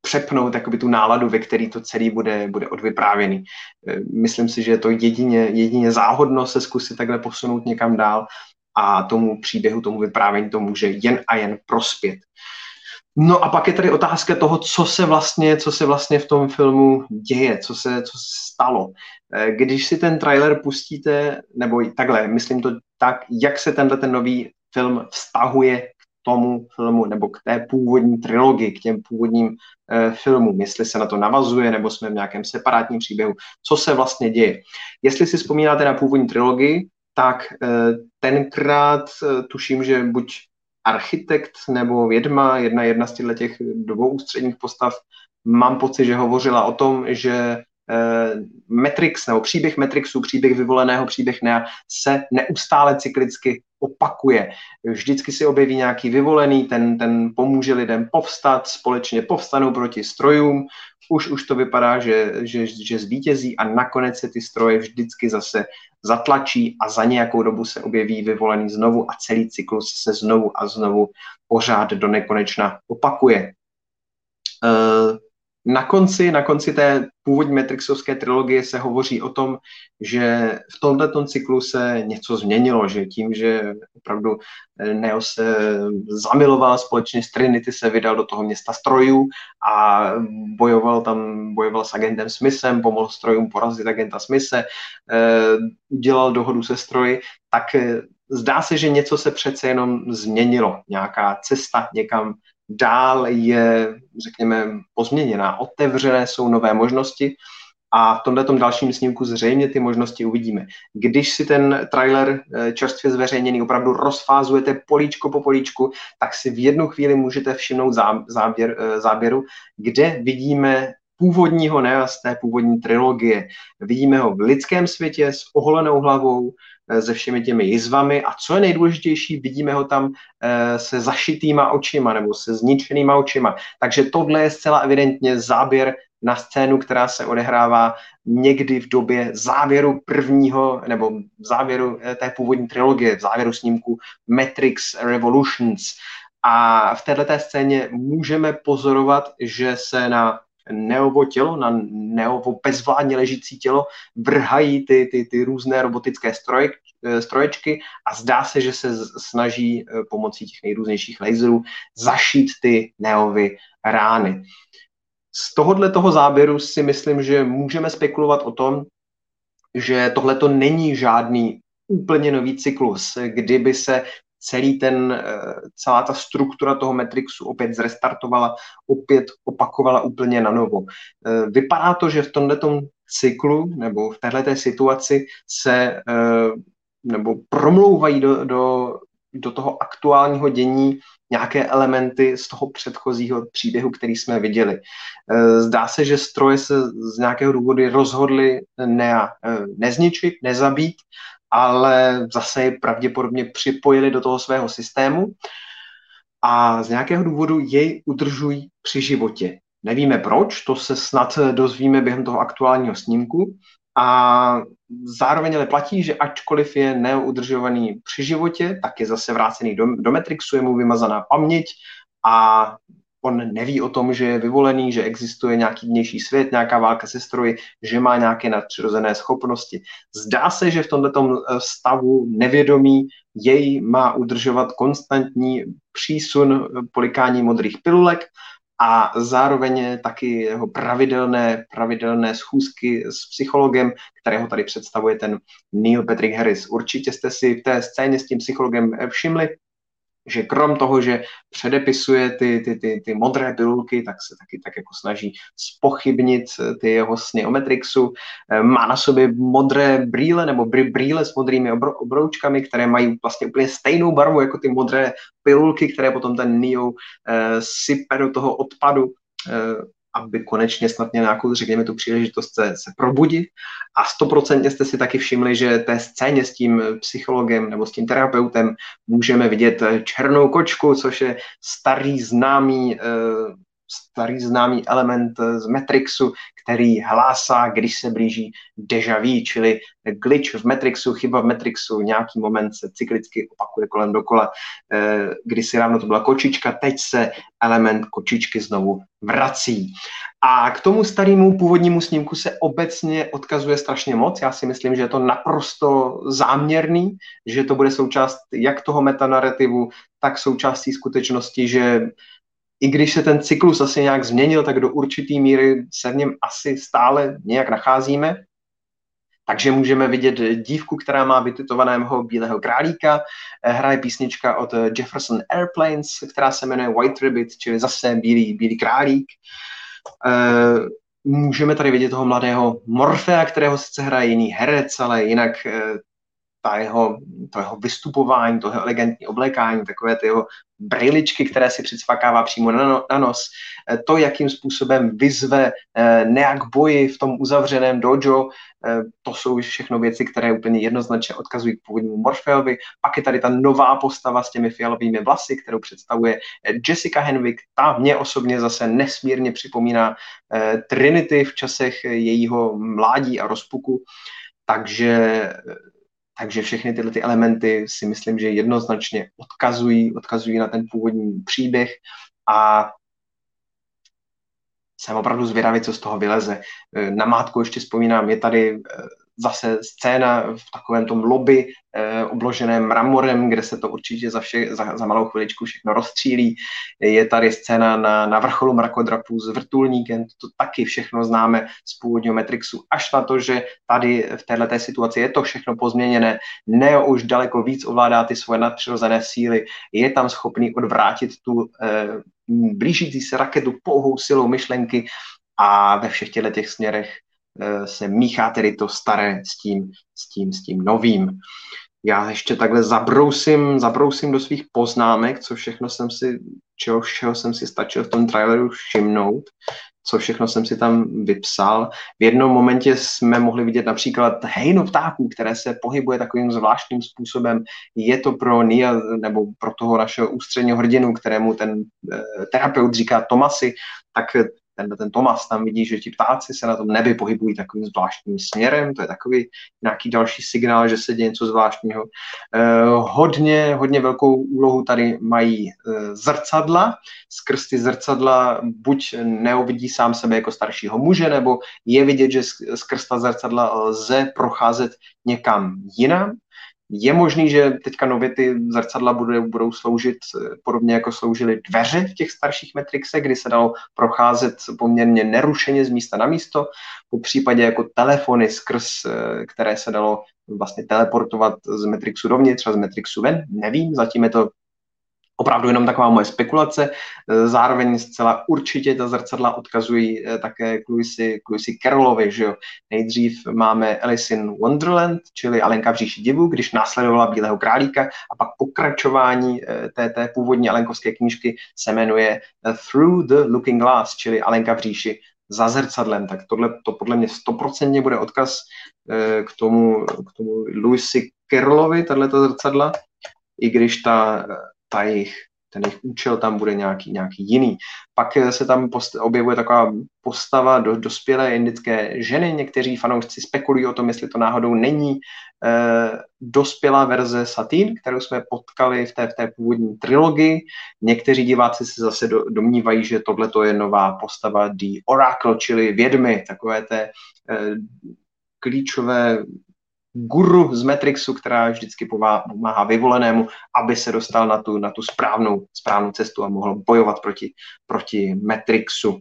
Speaker 1: přepnout jakoby tu náladu, ve který to celý bude odvyprávěný. Myslím si, že je to jedině záhodno se zkusit takhle posunout někam dál a tomu příběhu, tomu vyprávění to může jen a jen prospět. No a pak je tady otázka toho, co se vlastně v tom filmu děje, co se stalo. Když si ten trailer pustíte, nebo takhle, myslím to tak, jak se ten nový film vztahuje k tomu filmu nebo k té původní trilogii, k těm původním filmům, jestli se na to navazuje, nebo jsme v nějakém separátním příběhu, co se vlastně děje. Jestli si vzpomínáte na původní trilogii, tak tenkrát tuším, že buď architekt nebo vědma, jedna z těch dvou ústředních postav, mám pocit, že hovořila o tom, že Matrix nebo příběh Matrixu, příběh vyvoleného, příběh Nea se neustále cyklicky opakuje. Vždycky si objeví nějaký vyvolený, ten pomůže lidem povstat, společně povstanou proti strojům, už to vypadá, že zvítězí a nakonec se ty stroje vždycky zase zatlačí a za nějakou dobu se objeví vyvolený znovu a celý cyklus se znovu a znovu pořád do nekonečna opakuje. Na konci té původní Matrixovské trilogie se hovoří o tom, že v tomto cyklu se něco změnilo, že tím, že opravdu Neo se zamiloval společně s Trinity, se vydal do toho města strojů a bojoval s agentem Smithem, pomohl strojům porazit agenta Smithe, udělal dohodu se stroji, tak zdá se, že něco se přece jenom změnilo, nějaká cesta někam dál je, řekněme, pozměněná. Otevřené jsou nové možnosti a v tomto dalším snímku zřejmě ty možnosti uvidíme. Když si ten trailer čerstvě zveřejněný opravdu rozfázujete políčko po políčku, tak si v jednu chvíli můžete všimnout záběru, kde vidíme původního Nea z té původní trilogie. Vidíme ho v lidském světě s oholenou hlavou, se všemi těmi jizvami a co je nejdůležitější, vidíme ho tam se zašitýma očima nebo se zničenýma očima. Takže tohle je zcela evidentně záběr na scénu, která se odehrává někdy v době závěru prvního nebo v závěru té původní trilogie, v závěru snímku Matrix Revolutions. A v této scéně můžeme pozorovat, že se na Neovo tělo, na Neovo bezvládně ležící tělo vrhají ty různé robotické stroječky a zdá se, že se snaží pomocí těch nejrůznějších laserů zašít ty Neovy rány. Z toho záběru si myslím, že můžeme spekulovat o tom, že tohleto není žádný úplně nový cyklus, kdyby se celá ta struktura toho Matrixu opět zrestartovala, opět opakovala úplně na novo. Vypadá to, že v tomto cyklu nebo v této situaci se nebo promlouvají do toho aktuálního dění nějaké elementy z toho předchozího příběhu, který jsme viděli. Zdá se, že stroje se z nějakého důvodu rozhodly Nea nezničit, nezabít, ale zase je pravděpodobně připojili do toho svého systému a z nějakého důvodu jej udržují při životě. Nevíme proč, to se snad dozvíme během toho aktuálního snímku a zároveň ale platí, že ačkoliv je Neo udržovaný při životě, tak je zase vrácený do Matrixu, je mu vymazaná paměť a on neví o tom, že je vyvolený, že existuje nějaký vnější svět, nějaká válka se stroji, že má nějaké nadpřirozené schopnosti. Zdá se, že v tomto stavu nevědomí jej má udržovat konstantní přísun polikání modrých pilulek a zároveň taky jeho pravidelné schůzky s psychologem, kterého tady představuje ten Neil Patrick Harris. Určitě jste si v té scéně s tím psychologem všimli, že krom toho, že předepisuje ty modré pilulky, tak se taky tak jako snaží zpochybnit ty jeho sny o Matrixu. Má na sobě modré brýle nebo brýle s modrými obroučkami, které mají vlastně úplně stejnou barvu jako ty modré pilulky, které potom ten Neo sype do toho odpadu, aby konečně snad měl nějakou, řekněme, tu příležitost se probudit. A 100% jste si taky všimli, že té scéně s tím psychologem nebo s tím terapeutem můžeme vidět černou kočku, což je starý známý starý známý element z Matrixu, který hlásá, když se blíží déjà vu, čili glitch v Matrixu, chyba v Matrixu, nějaký moment se cyklicky opakuje kolem dokola. Kdysi ráno to byla kočička, teď se element kočičky znovu vrací. A k tomu starému původnímu snímku se obecně odkazuje strašně moc. Já si myslím, že je to naprosto záměrný, že to bude součást jak toho metanarrativu, tak součástí skutečnosti, že i když se ten cyklus asi nějak změnil, tak do určitý míry se v něm asi stále nějak nacházíme. Takže můžeme vidět dívku, která má vytetovaného bílého králíka, hraje písnička od Jefferson Airplanes, která se jmenuje White Rabbit, čili zase bílý králík. Můžeme tady vidět toho mladého Morfea, kterého sice hraje jiný herec, ale jinak to jeho vystupování, to jeho elegantní oblékání, takové ty jeho brýličky, které si přicvakává přímo na nos, to, jakým způsobem vyzve nějak boji v tom uzavřeném dojo, to jsou všechno věci, které úplně jednoznačně odkazují k původnímu Morfeovi. Pak je tady ta nová postava s těmi fialovými vlasy, kterou představuje Jessica Henwick. Ta mě osobně zase nesmírně připomíná Trinity v časech jejího mládí a rozpuku, takže všechny tyhle ty elementy si myslím, že jednoznačně odkazují na ten původní příběh a jsem opravdu zvědavý, co z toho vyleze. Namátkou ještě vzpomínám, je tady zase scéna v takovém tom lobby obloženém mramorem, kde se to určitě za malou chviličku všechno rozstřílí. Je tady scéna na vrcholu mrakodrapu s vrtulníkem, to taky všechno známe z původního Matrixu, až na to, že tady v této situaci je to všechno pozměněné. Neo už daleko víc ovládá ty svoje nadpřirozené síly, je tam schopný odvrátit tu blížící se raketu pouhou silou myšlenky a ve všech těch směrech se míchá tedy to staré s tím novým. Já ještě takhle zabrousím do svých poznámek, čeho jsem si stačil v tom traileru všimnout, co všechno jsem si tam vypsal. V jednom momentě jsme mohli vidět například hejno ptáků, které se pohybuje takovým zvláštním způsobem. Je to pro Nia, nebo pro toho našeho ústředního hrdinu, kterému ten terapeut říká Tomasi, tak ten Tomas tam vidí, že ti ptáci se na tom nebi pohybují takovým zvláštním směrem, to je takový nějaký další signál, že se děje něco zvláštního. Hodně velkou úlohu tady mají zrcadla. Skrz ty zrcadla buď neuvidí sám sebe jako staršího muže, nebo je vidět, že skrz ta zrcadla lze procházet někam jinam. Je možný, že teďka nově ty zrcadla budou sloužit podobně jako sloužily dveře v těch starších Matrixech, kdy se dalo procházet poměrně nerušeně z místa na místo, po případě jako telefony, skrz které se dalo vlastně teleportovat z Matrixu dovnitř a z Matrixu ven. Nevím, zatím je to opravdu jenom taková moje spekulace. Zároveň zcela určitě ta zrcadla odkazují také k Lewisi Carrollovi, že jo. Nejdřív máme Alice in Wonderland, čili Alenka v říši divu, když následovala Bílého králíka, a pak pokračování té původní alenkovské knížky se jmenuje Through the Looking Glass, čili Alenka v říši za zrcadlem. Tak to podle mě 100% bude odkaz k tomu Lewisi Carrollovi, tato zrcadla, i když ten jejich účel tam bude nějaký jiný. Pak se tam objevuje taková postava dospělé indické ženy. Někteří fanoušci spekulují o tom, jestli to náhodou není dospělá verze Satine, kterou jsme potkali v té původní trilogii. Někteří diváci se zase domnívají, že tohleto je nová postava The Oracle, čili vědmy, takové té klíčové guru z Matrixu, která vždycky pomáhá vyvolenému, aby se dostal na tu správnou cestu a mohl bojovat proti Matrixu.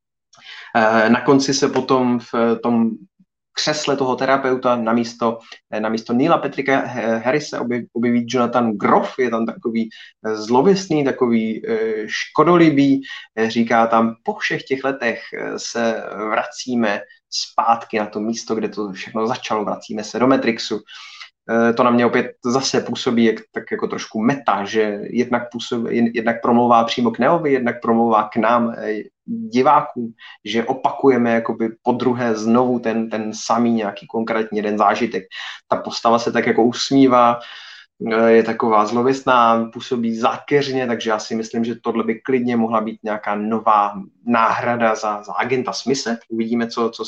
Speaker 1: Na konci se potom v tom křesle toho terapeuta namísto Neila Patricka Harrise objeví Jonathan Groff, je tam takový zlověstný, takový škodolibý, říká tam, po všech těch letech se vracíme zpátky na to místo, kde to všechno začalo, vracíme se do Matrixu. To na mě opět zase působí tak jako trošku meta, že jednak promlouvá přímo k Neovi, jednak promlouvá k nám, divákům, že opakujeme jakoby podruhé znovu ten samý nějaký konkrétní jeden zážitek. Ta postava se tak jako usmívá, je taková zlověstná, působí zákeřně, takže já si myslím, že tohle by klidně mohla být nějaká nová náhrada za agenta Smise. Uvidíme,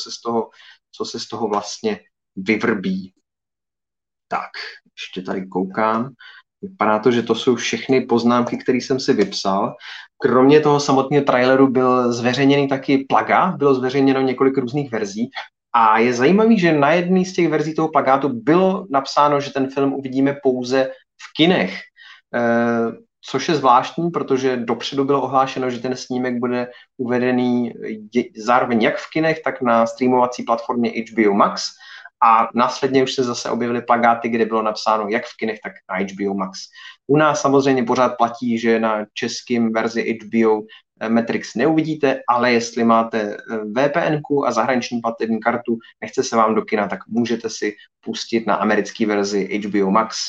Speaker 1: co se z toho vlastně vyvrbí. Tak, ještě tady koukám. Vypadá to, že to jsou všechny poznámky, které jsem si vypsal. Kromě toho samotného traileru byl zveřejněný taky plagát, bylo zveřejněno několik různých verzí a je zajímavý, že na jedné z těch verzí toho plagátu bylo napsáno, že ten film uvidíme pouze v kinech, což je zvláštní, protože dopředu bylo ohlášeno, že ten snímek bude uvedený zároveň jak v kinech, tak na streamovací platformě HBO Max. A následně už se zase objevily plagáty, kde bylo napsáno jak v kinech, tak na HBO Max. U nás samozřejmě pořád platí, že na českém verzi HBO Matrix neuvidíte, ale jestli máte VPN-ku a zahraniční platební kartu, nechce se vám do kina, tak můžete si pustit na americké verzi HBO Max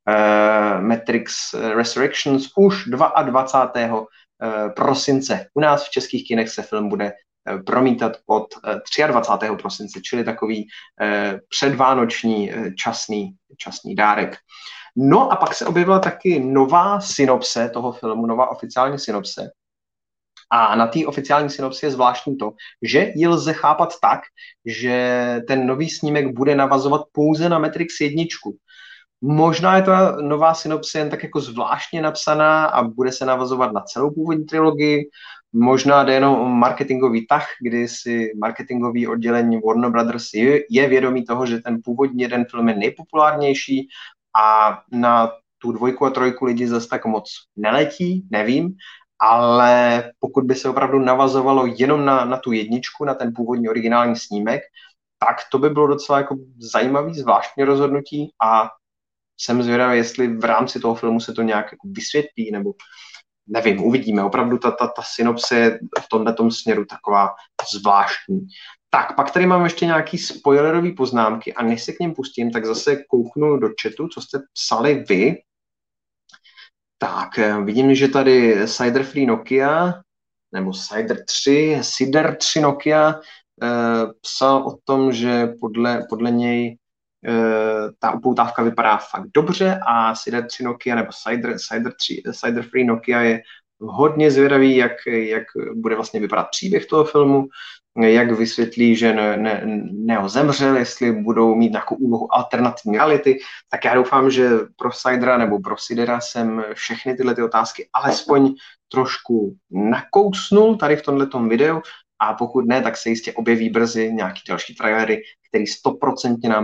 Speaker 1: Matrix Resurrections už 22. prosince. U nás v českých kinech se film bude promítat od 23. prosince, čili takový předvánoční časný dárek. No a pak se objevila taky nová synopse toho filmu, nová oficiální synopse. A na té oficiální synopsi je zvláštní to, že ji lze chápat tak, že ten nový snímek bude navazovat pouze na Matrix 1. Možná je ta nová synopse jen tak jako zvláštně napsaná a bude se navazovat na celou původní trilogii. Možná jde jenom o marketingový tah, kdy si marketingový oddělení Warner Brothers je vědomí toho, že ten původní jeden film je nejpopulárnější a na tu 2 a 3 lidi zase tak moc neletí, nevím, ale pokud by se opravdu navazovalo jenom na tu 1, na ten původní originální snímek, tak to by bylo docela jako zajímavý, zvláštní rozhodnutí a jsem zvědavý, jestli v rámci toho filmu se to nějak jako vysvětlí, nebo nevím, uvidíme. Opravdu ta synopse je v tomhletom směru taková zvláštní. Tak, pak tady mám ještě nějaký spoilerové poznámky a než se k ním pustím, tak zase kouknu do chatu, co jste psali vy. Tak, vidím, že tady Cider Free Nokia, nebo Cider 3 Nokia psal o tom, že podle něj ta upoutávka vypadá fakt dobře a Cider 3 Nokia nebo Cider Free Nokia je hodně zvědavý, jak bude vlastně vypadat příběh toho filmu, jak vysvětlí, že Neo zemřel, jestli budou mít nějakou úlohu alternativní reality, tak já doufám, že pro Cidera nebo pro Cidera jsem všechny tyhle ty otázky alespoň trošku nakousnul tady v tomhletom videu a pokud ne, tak se jistě objeví brzy nějaký další trailery, který 100% nám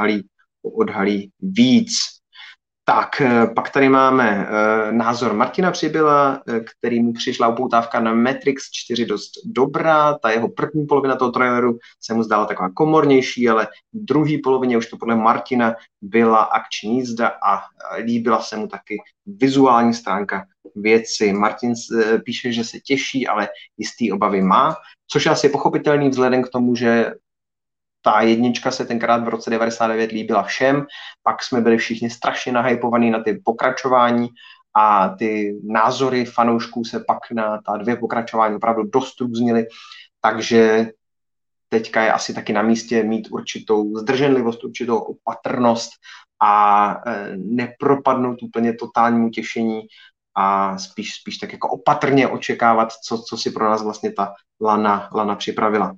Speaker 1: odhalí víc. Tak, pak tady máme názor Martina Přibyla, který mu přišla upoutávka na Matrix 4 dost dobrá. Ta jeho první polovina toho traileru se mu zdála taková komornější, ale v druhé polovině už to podle Martina byla akční jízda a líbila se mu taky vizuální stránka věci. Martin píše, že se těší, ale jistý obavy má, což je asi pochopitelný vzhledem k tomu, že ta 1 se tenkrát v roce 99 líbila všem, pak jsme byli všichni strašně nahypovaní na ty pokračování a ty názory fanoušků se pak na ta 2 pokračování opravdu dost různily, takže teďka je asi taky na místě mít určitou zdrženlivost, určitou opatrnost a nepropadnout úplně totálnímu těšení a spíš tak jako opatrně očekávat, co si pro nás vlastně ta Lana připravila.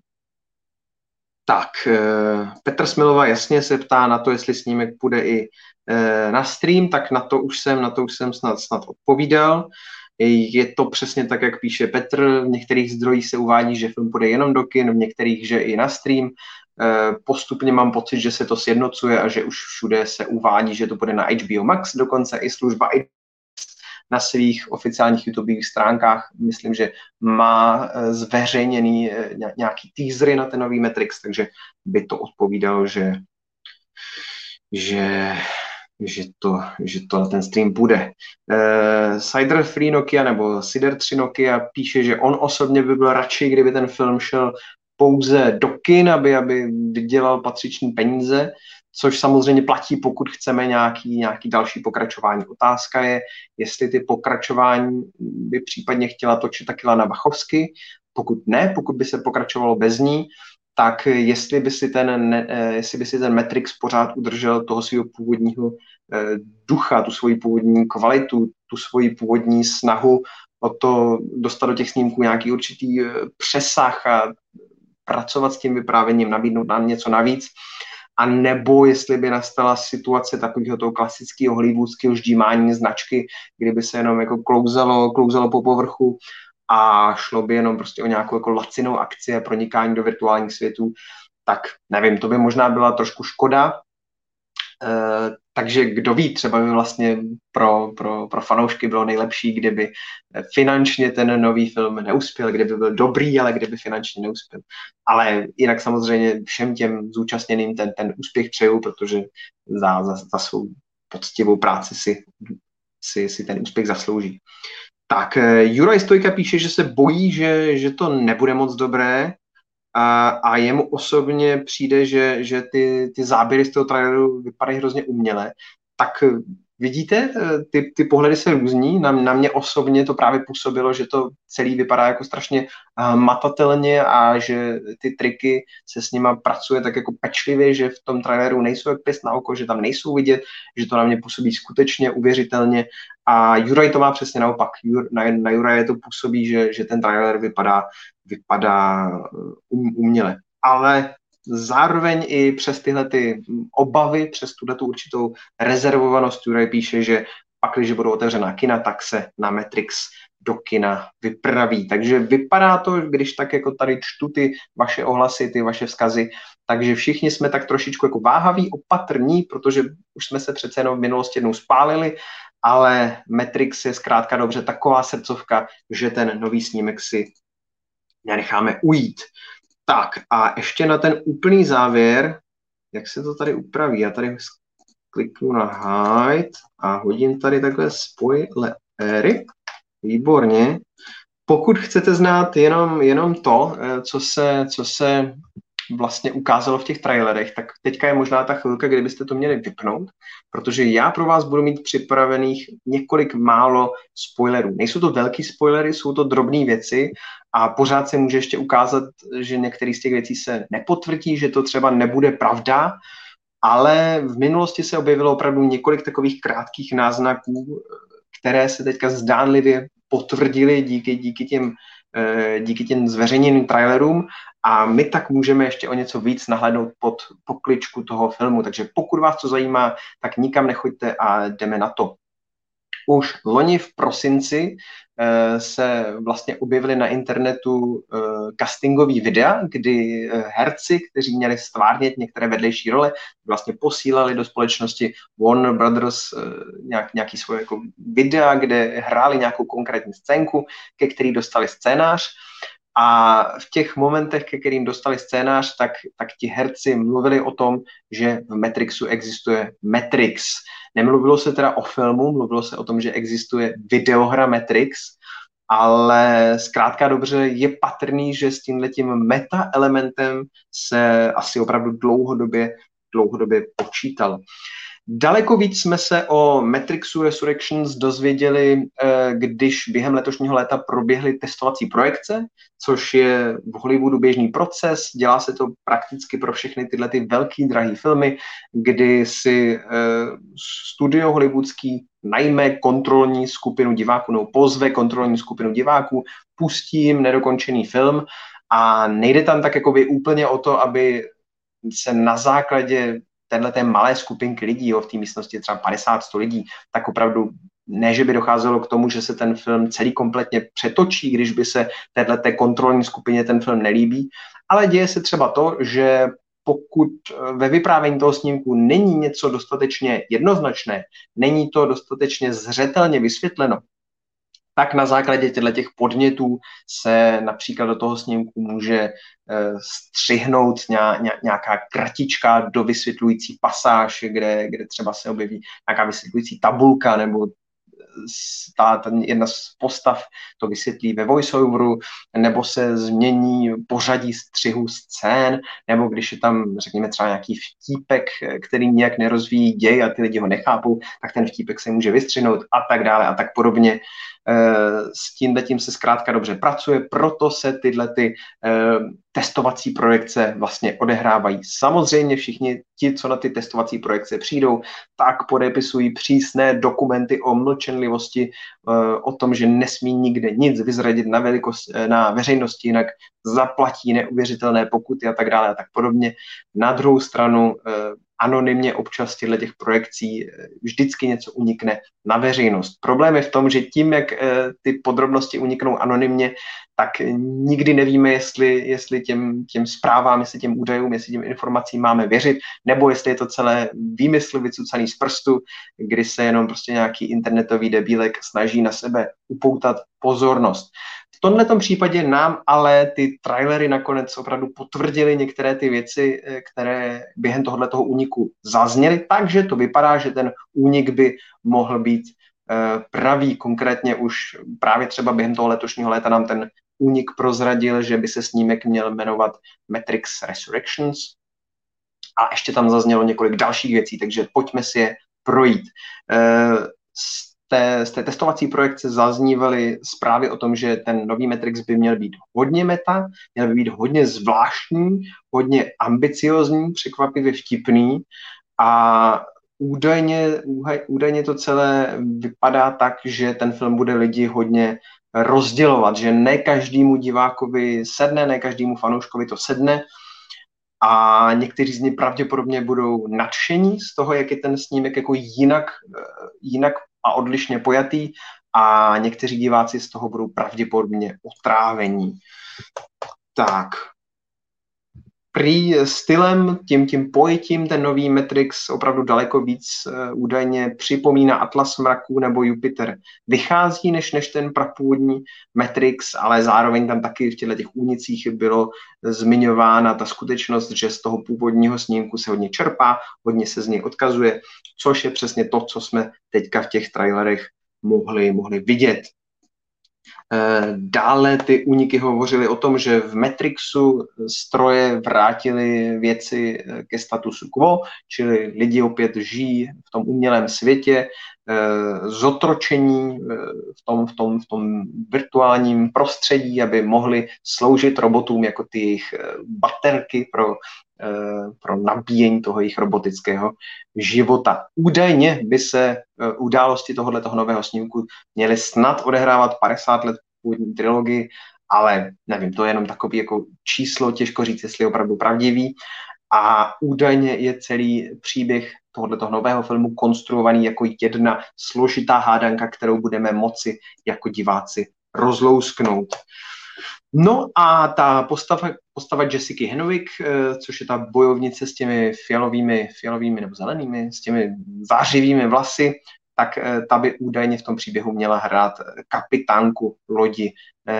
Speaker 1: Tak, Petr Smilova jasně se ptá na to, jestli snímek půjde i na stream, tak na to už jsem snad odpovídal. Je to přesně tak, jak píše Petr. V některých zdrojích se uvádí, že film půjde jenom do kin, v některých, že i na stream. Postupně mám pocit, že se to sjednocuje a že už všude se uvádí, že to bude na HBO Max, dokonce i služba na svých oficiálních YouTubeových stránkách. Myslím, že má zveřejněný nějaký teasery na ten nový Matrix, takže by to odpovídalo, že to na ten stream bude. Cider Free Nokia nebo Cider 3 Nokia píše, že on osobně by byl radši, kdyby ten film šel pouze do kin, aby vydělal patřičný peníze, což samozřejmě platí, pokud chceme nějaký další pokračování. Otázka je, jestli ty pokračování by případně chtěla točit taky Lana Wachowski. Pokud ne, pokud by se pokračovalo bez ní, tak jestli by si ten Matrix pořád udržel toho svého původního ducha, tu svoji původní kvalitu, tu svoji původní snahu o to dostat do těch snímků nějaký určitý přesah a pracovat s tím vyprávěním, nabídnout nám něco navíc, a nebo jestli by nastala situace takového toho klasického hollywoodského ždímání značky, kdyby se jenom jako klouzalo po povrchu a šlo by jenom prostě o nějakou jako lacinou akci a pronikání do virtuálních světů, tak nevím, to by možná byla trošku škoda. Takže kdo ví, třeba by vlastně pro fanoušky bylo nejlepší, kdyby finančně ten nový film neuspěl, kdyby byl dobrý, ale kdyby finančně neuspěl. Ale jinak samozřejmě všem těm zúčastněným ten úspěch přeju, protože za svou poctivou práci si ten úspěch zaslouží. Tak, Juraj Stojka píše, že se bojí, že to nebude moc dobré, a jemu osobně přijde, že ty záběry z toho traileru vypadají hrozně uměle. Tak vidíte, ty pohledy se různí. Na mě osobně to právě působilo, že to celý vypadá jako strašně matatelně a že ty triky se s nima pracuje tak jako pečlivě, že v tom traileru nejsou jak pěst na oko, že tam nejsou vidět, že to na mě působí skutečně uvěřitelně. A Juraj to má přesně naopak. Na Juraje to působí, že ten trailer vypadá uměle. Ale zároveň i přes tyhle ty obavy, přes tuhletu určitou rezervovanost, Juraj píše, že pak, když budou otevřená kina, tak se na Matrix do kina vypraví. Takže vypadá to, když tak jako tady čtu ty vaše ohlasy, ty vaše vzkazy, takže všichni jsme tak trošičku jako váhaví, opatrní, protože už jsme se přece jenom v minulosti jednou spálili, ale Matrix je zkrátka dobře taková srdcovka, že ten nový snímek si nenecháme ujít. Tak a ještě na ten úplný závěr, jak se to tady upraví, já tady kliknu na hide a hodím tady takhle spoilery. Výborně. Pokud chcete znát jenom to, co se vlastně ukázalo v těch trailerech, tak teďka je možná ta chvilka, kdybyste to měli vypnout, protože já pro vás budu mít připravených několik málo spoilerů. Nejsou to velký spoilery, jsou to drobné věci a pořád se může ještě ukázat, že některé z těch věcí se nepotvrdí, že to třeba nebude pravda, ale v minulosti se objevilo opravdu několik takových krátkých náznaků, které se teďka zdánlivě potvrdily díky těm zveřejněným trailerům a my tak můžeme ještě o něco víc nahlédnout pod pokličku toho filmu. Takže pokud vás to zajímá, tak nikam nechoďte a jdeme na to. Už loni v prosinci se vlastně objevily na internetu castingový videa, kdy herci, kteří měli stvárnit některé vedlejší role, vlastně posílali do společnosti Warner Brothers nějaký svoje jako videa, kde hráli nějakou konkrétní scénku, ke který dostali scénář. A v těch momentech, ke kterým dostali scénář, tak ti herci mluvili o tom, že v Matrixu existuje Matrix. Nemluvilo se teda o filmu, mluvilo se o tom, že existuje videohra Matrix, ale zkrátka dobře je patrný, že s tímhletím meta-elementem se asi opravdu dlouhodobě počítalo. Daleko víc jsme se o Matrixu Resurrections dozvěděli, když během letošního léta proběhly testovací projekce, což je v Hollywoodu běžný proces, dělá se to prakticky pro všechny tyhle ty velký, drahý filmy, kdy si studio hollywoodský najme kontrolní skupinu diváků, nebo pozve kontrolní skupinu diváků, pustí jim nedokončený film a nejde tam tak jako by úplně o to, aby se na základě téhleté malé skupinky lidí, v té místnosti třeba 50-100 lidí, tak opravdu ne, že by docházelo k tomu, že se ten film celý kompletně přetočí, když by se téhleté kontrolní skupině ten film nelíbí, ale děje se třeba to, že pokud ve vyprávění toho snímku není něco dostatečně jednoznačné, není to dostatečně zřetelně vysvětleno, tak na základě těch podnětů se například do toho snímku může střihnout nějaká kratička do vysvětlující pasáž, kde třeba se objeví nějaká vysvětlující tabulka nebo jedna z postav to vysvětlí ve voiceoveru, nebo se změní pořadí střihu scén, nebo když je tam, řekněme, třeba nějaký vtípek, který nějak nerozvíjí děj a ty lidi ho nechápou, tak ten vtípek se může vystřihnout a tak dále a tak podobně. S tímhletím se zkrátka dobře pracuje, proto se tyhle testovací projekce vlastně odehrávají. Samozřejmě všichni ti, co na ty testovací projekce přijdou, tak podepisují přísné dokumenty o mlčenlivosti, o tom, že nesmí nikde nic vyzradit na veřejnosti, jinak zaplatí neuvěřitelné pokuty a tak dále a tak podobně. Na druhou stranu anonymně občas těch projekcí vždycky něco unikne na veřejnost. Problém je v tom, že tím, jak ty podrobnosti uniknou anonymně, tak nikdy nevíme, jestli těm zprávám, jestli těm údajům, jestli těm informacím máme věřit, nebo jestli je to celé výmysl vycucaný z prstu, kdy se jenom prostě nějaký internetový debílek snaží na sebe upoutat pozornost. V tomhletom případě nám ale ty trailery nakonec opravdu potvrdily některé ty věci, které během tohoto úniku zazněly, takže to vypadá, že ten únik by mohl být pravý. Konkrétně už právě třeba během toho letošního léta nám ten únik prozradil, že by se snímek měl jmenovat Matrix Resurrections a ještě tam zaznělo několik dalších věcí, takže pojďme si je projít. Z té testovací projekce zaznívaly zprávy o tom, že ten nový Matrix by měl být hodně meta, měl by být hodně zvláštní, hodně ambiciozní, překvapivě vtipný a údajně to celé vypadá tak, že ten film bude lidi hodně rozdělovat, že ne každému divákovi sedne, ne každému fanouškovi to sedne a někteří z nich pravděpodobně budou nadšení z toho, jak je ten snímek jako jinak a odlišně pojatý a někteří diváci z toho budou pravděpodobně otrávení. Tak. Prý stylem, tím pojetím ten nový Matrix opravdu daleko víc údajně připomíná Atlas mraků nebo Jupiter. Vychází než ten prapůvodní Matrix, ale zároveň tam taky v těch únicích bylo zmiňována ta skutečnost, že z toho původního snímku se hodně čerpá, hodně se z něj odkazuje, což je přesně to, co jsme teďka v těch trailerech mohli vidět. Dále ty úniky hovořily o tom, že v Matrixu stroje vrátily věci ke statusu quo, čili lidi opět žijí v tom umělém světě, zotročení v tom virtuálním prostředí, aby mohli sloužit robotům jako ty jejich baterky pro nabíjení toho jejich robotického života. Údajně by se události tohoto nového snímku měly snad odehrávat 50 let původní trilogii, ale nevím, to je jenom takový jako číslo, těžko říct, jestli je opravdu pravdivý. A údajně je celý příběh tohoto nového filmu konstruovaný jako jedna složitá hádanka, kterou budeme moci jako diváci rozlousknout. No a ta postava Jessica Henwick, což je ta bojovnice s těmi fialovými nebo zelenými, s těmi zářivými vlasy, tak ta by údajně v tom příběhu měla hrát kapitánku lodi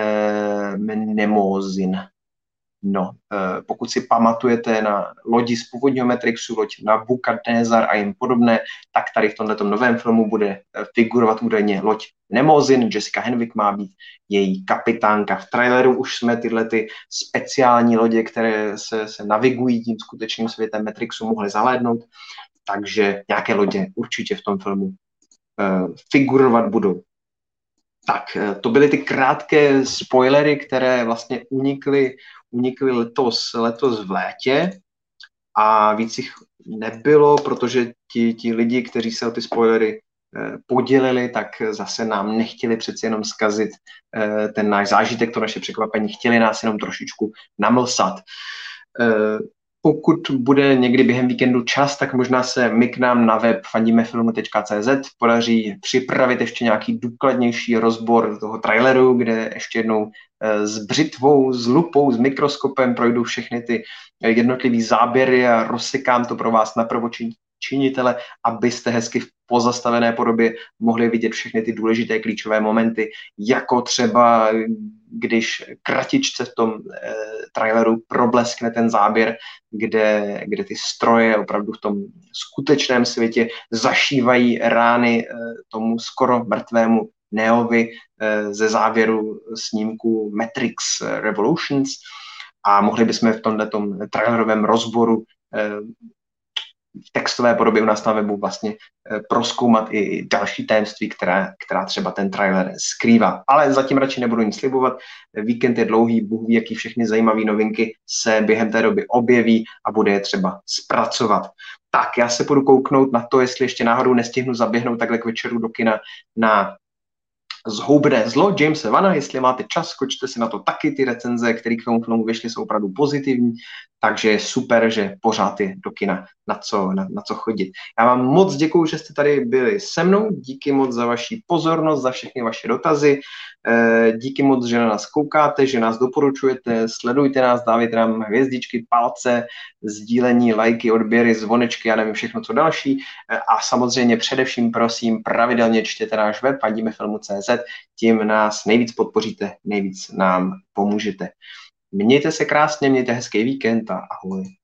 Speaker 1: Mnemozin. No, pokud si pamatujete na lodi z původního Matrixu, loď Nabukadnézar a jim podobné, tak tady v tomto novém filmu bude figurovat údajně loď Mnemozin. Jessica Henwick má být její kapitánka. V traileru už jsme tyhle ty speciální lodě, které se navigují tím skutečným světem Matrixu, mohli zahlédnout, takže nějaké lodě určitě v tom filmu figurovat budou. Tak, to byly ty krátké spoilery, které vlastně unikly letos v létě a víc jich nebylo, protože ti lidi, kteří se o ty spoilery podělili, tak zase nám nechtěli přeci jenom zkazit ten náš zážitek, to naše překvapení, chtěli nás jenom trošičku namlsat. Pokud bude někdy během víkendu čas, tak možná se myknám na web fandimefilmu.cz podaří připravit ještě nějaký důkladnější rozbor toho traileru, kde ještě jednou s břitvou, s lupou, s mikroskopem projdu všechny ty jednotlivý záběry a rozsekám to pro vás na prvočinitele, abyste hezky v pozastavené podobě mohli vidět všechny ty důležité klíčové momenty, jako třeba když kratičce v tom traileru probleskne ten záběr, kde ty stroje opravdu v tom skutečném světě zašívají rány tomu skoro mrtvému Neovi ze závěru snímku Matrix Revolutions a mohli bychom v tomhletom trailerovém rozboru v textové podobě u nás na webu vlastně prozkoumat i další tajemství, která třeba ten trailer skrývá. Ale zatím radši nebudu nic slibovat. Víkend je dlouhý, Bůh ví, jaký všechny zajímavé novinky se během té doby objeví a bude je třeba zpracovat. Tak, já se půjdu kouknout na to, jestli ještě náhodou nestihnu zaběhnout takhle k večeru do kina na Zhoubné zlo Jamese Vana. Jestli máte čas, skočte si na to taky. Ty recenze, které k tomu filmu vyšly, jsou opravdu pozitivní, takže je super, že pořád je do kina na co chodit. Já vám moc děkuju, že jste tady byli se mnou, díky moc za vaši pozornost, za všechny vaše dotazy, díky moc, že na nás koukáte, že nás doporučujete, sledujte nás, dávejte nám hvězdičky, palce, sdílení, lajky, odběry, zvonečky, já nevím všechno co další a samozřejmě především prosím pravidelně čtěte náš web fandimefilmu.cz, tím nás nejvíc podpoříte, nejvíc nám pomůžete. Mějte se krásně, mějte hezký víkend a ahoj.